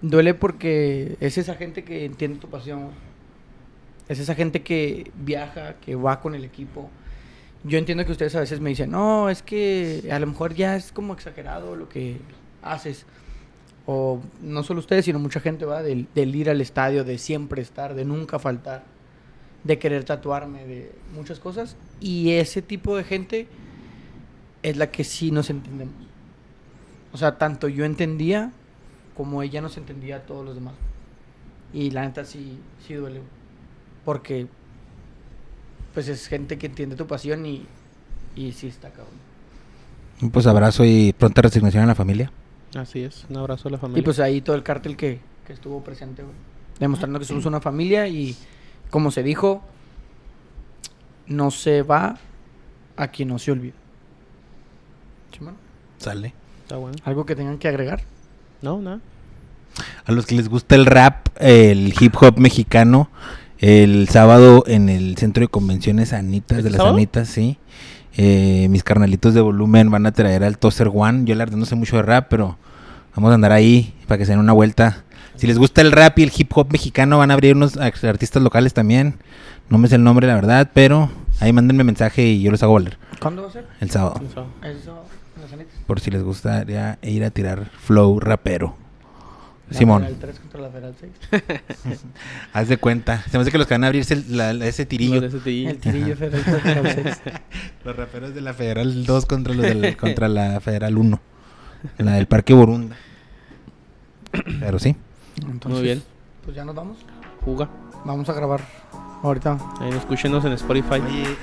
[SPEAKER 3] Duele porque es esa gente que entiende tu pasión, güey. Es esa gente que viaja, que va con el equipo. Yo entiendo que ustedes a veces me dicen, no, es que a lo mejor ya es como exagerado lo que haces. O no solo ustedes, sino mucha gente va del ir al estadio, de siempre estar, de nunca faltar, de querer tatuarme, de muchas cosas. Y ese tipo de gente es la que sí nos entendemos. O sea, tanto yo entendía como ella nos entendía a todos los demás. Y la neta sí duele. Porque pues es gente que entiende tu pasión y sí está cabrón.
[SPEAKER 2] Pues abrazo y pronta resignación a la familia.
[SPEAKER 1] Así es, un abrazo a la familia.
[SPEAKER 3] Y pues ahí todo el cártel que estuvo presente, güey. Demostrando que somos una familia y, como se dijo, no se va a quien no se olvida. ¿Chimano?
[SPEAKER 2] Sale.
[SPEAKER 1] Está bueno.
[SPEAKER 3] ¿Algo que tengan que agregar?
[SPEAKER 1] No, nada.
[SPEAKER 2] A los que les gusta el rap, el hip hop mexicano, el sábado en el centro de convenciones Anitas,
[SPEAKER 1] ¿Este
[SPEAKER 2] de las
[SPEAKER 1] sábado?
[SPEAKER 2] Anitas, sí. Mis carnalitos de volumen van a traer al Tozer One. Yo la verdad no sé mucho de rap, pero vamos a andar ahí para que se den una vuelta. Si les gusta el rap y el hip hop mexicano, van a abrir unos artistas locales también. No me sé el nombre, la verdad, pero ahí mándenme mensaje y yo los hago valer.
[SPEAKER 3] ¿Cuándo va a ser?
[SPEAKER 2] El sábado.
[SPEAKER 1] Sí, sábado.
[SPEAKER 3] Eso, las Anitas.
[SPEAKER 2] Por si les gustaría ir a tirar flow rapero.
[SPEAKER 3] La
[SPEAKER 2] Simón,
[SPEAKER 3] Federal 3 contra la Federal 6.
[SPEAKER 2] haz de cuenta. Se me hace que los que van a abrirse ese tirillo.
[SPEAKER 1] Los de STI.
[SPEAKER 3] El tirillo Federal contra la 6.
[SPEAKER 2] Los raperos de la Federal 2 contra los contra la Federal 1. La del Parque Borunda. Pero sí.
[SPEAKER 3] Entonces,
[SPEAKER 1] Muy bien.
[SPEAKER 3] Pues ya nos vamos.
[SPEAKER 1] Juga.
[SPEAKER 3] Vamos a grabar ahorita.
[SPEAKER 1] Ahí escúchenos en Spotify.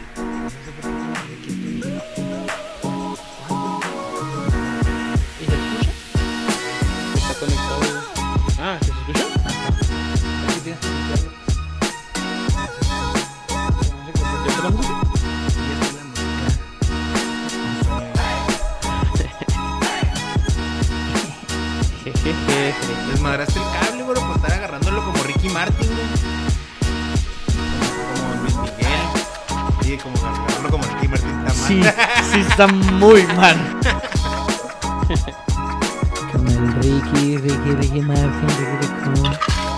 [SPEAKER 1] Está conectado. Ah, ¿se escucha? ¿Ya te vamos? Jejeje.
[SPEAKER 2] Desmadraste el cable, bro, por estar agarrándolo como Ricky Martin, güey. Como Luis Miguel. Sí, como agarrarlo como Ricky Martin está mal.
[SPEAKER 3] Sí, sí está muy mal. Con el Ricky Martin,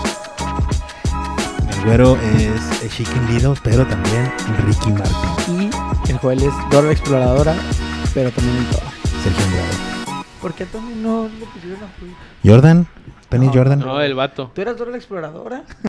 [SPEAKER 2] El güero es Chicken Little, pero también Ricky Martin.
[SPEAKER 3] Y el Joel es Dora la Exploradora, pero también en todo.
[SPEAKER 2] Sergio Andrade.
[SPEAKER 3] ¿Por qué a Tony no le pusieron a Joel?
[SPEAKER 2] Jordan. Tony
[SPEAKER 3] No.
[SPEAKER 2] Jordan.
[SPEAKER 1] No, el vato.
[SPEAKER 3] ¿Tú eras Dora la Exploradora?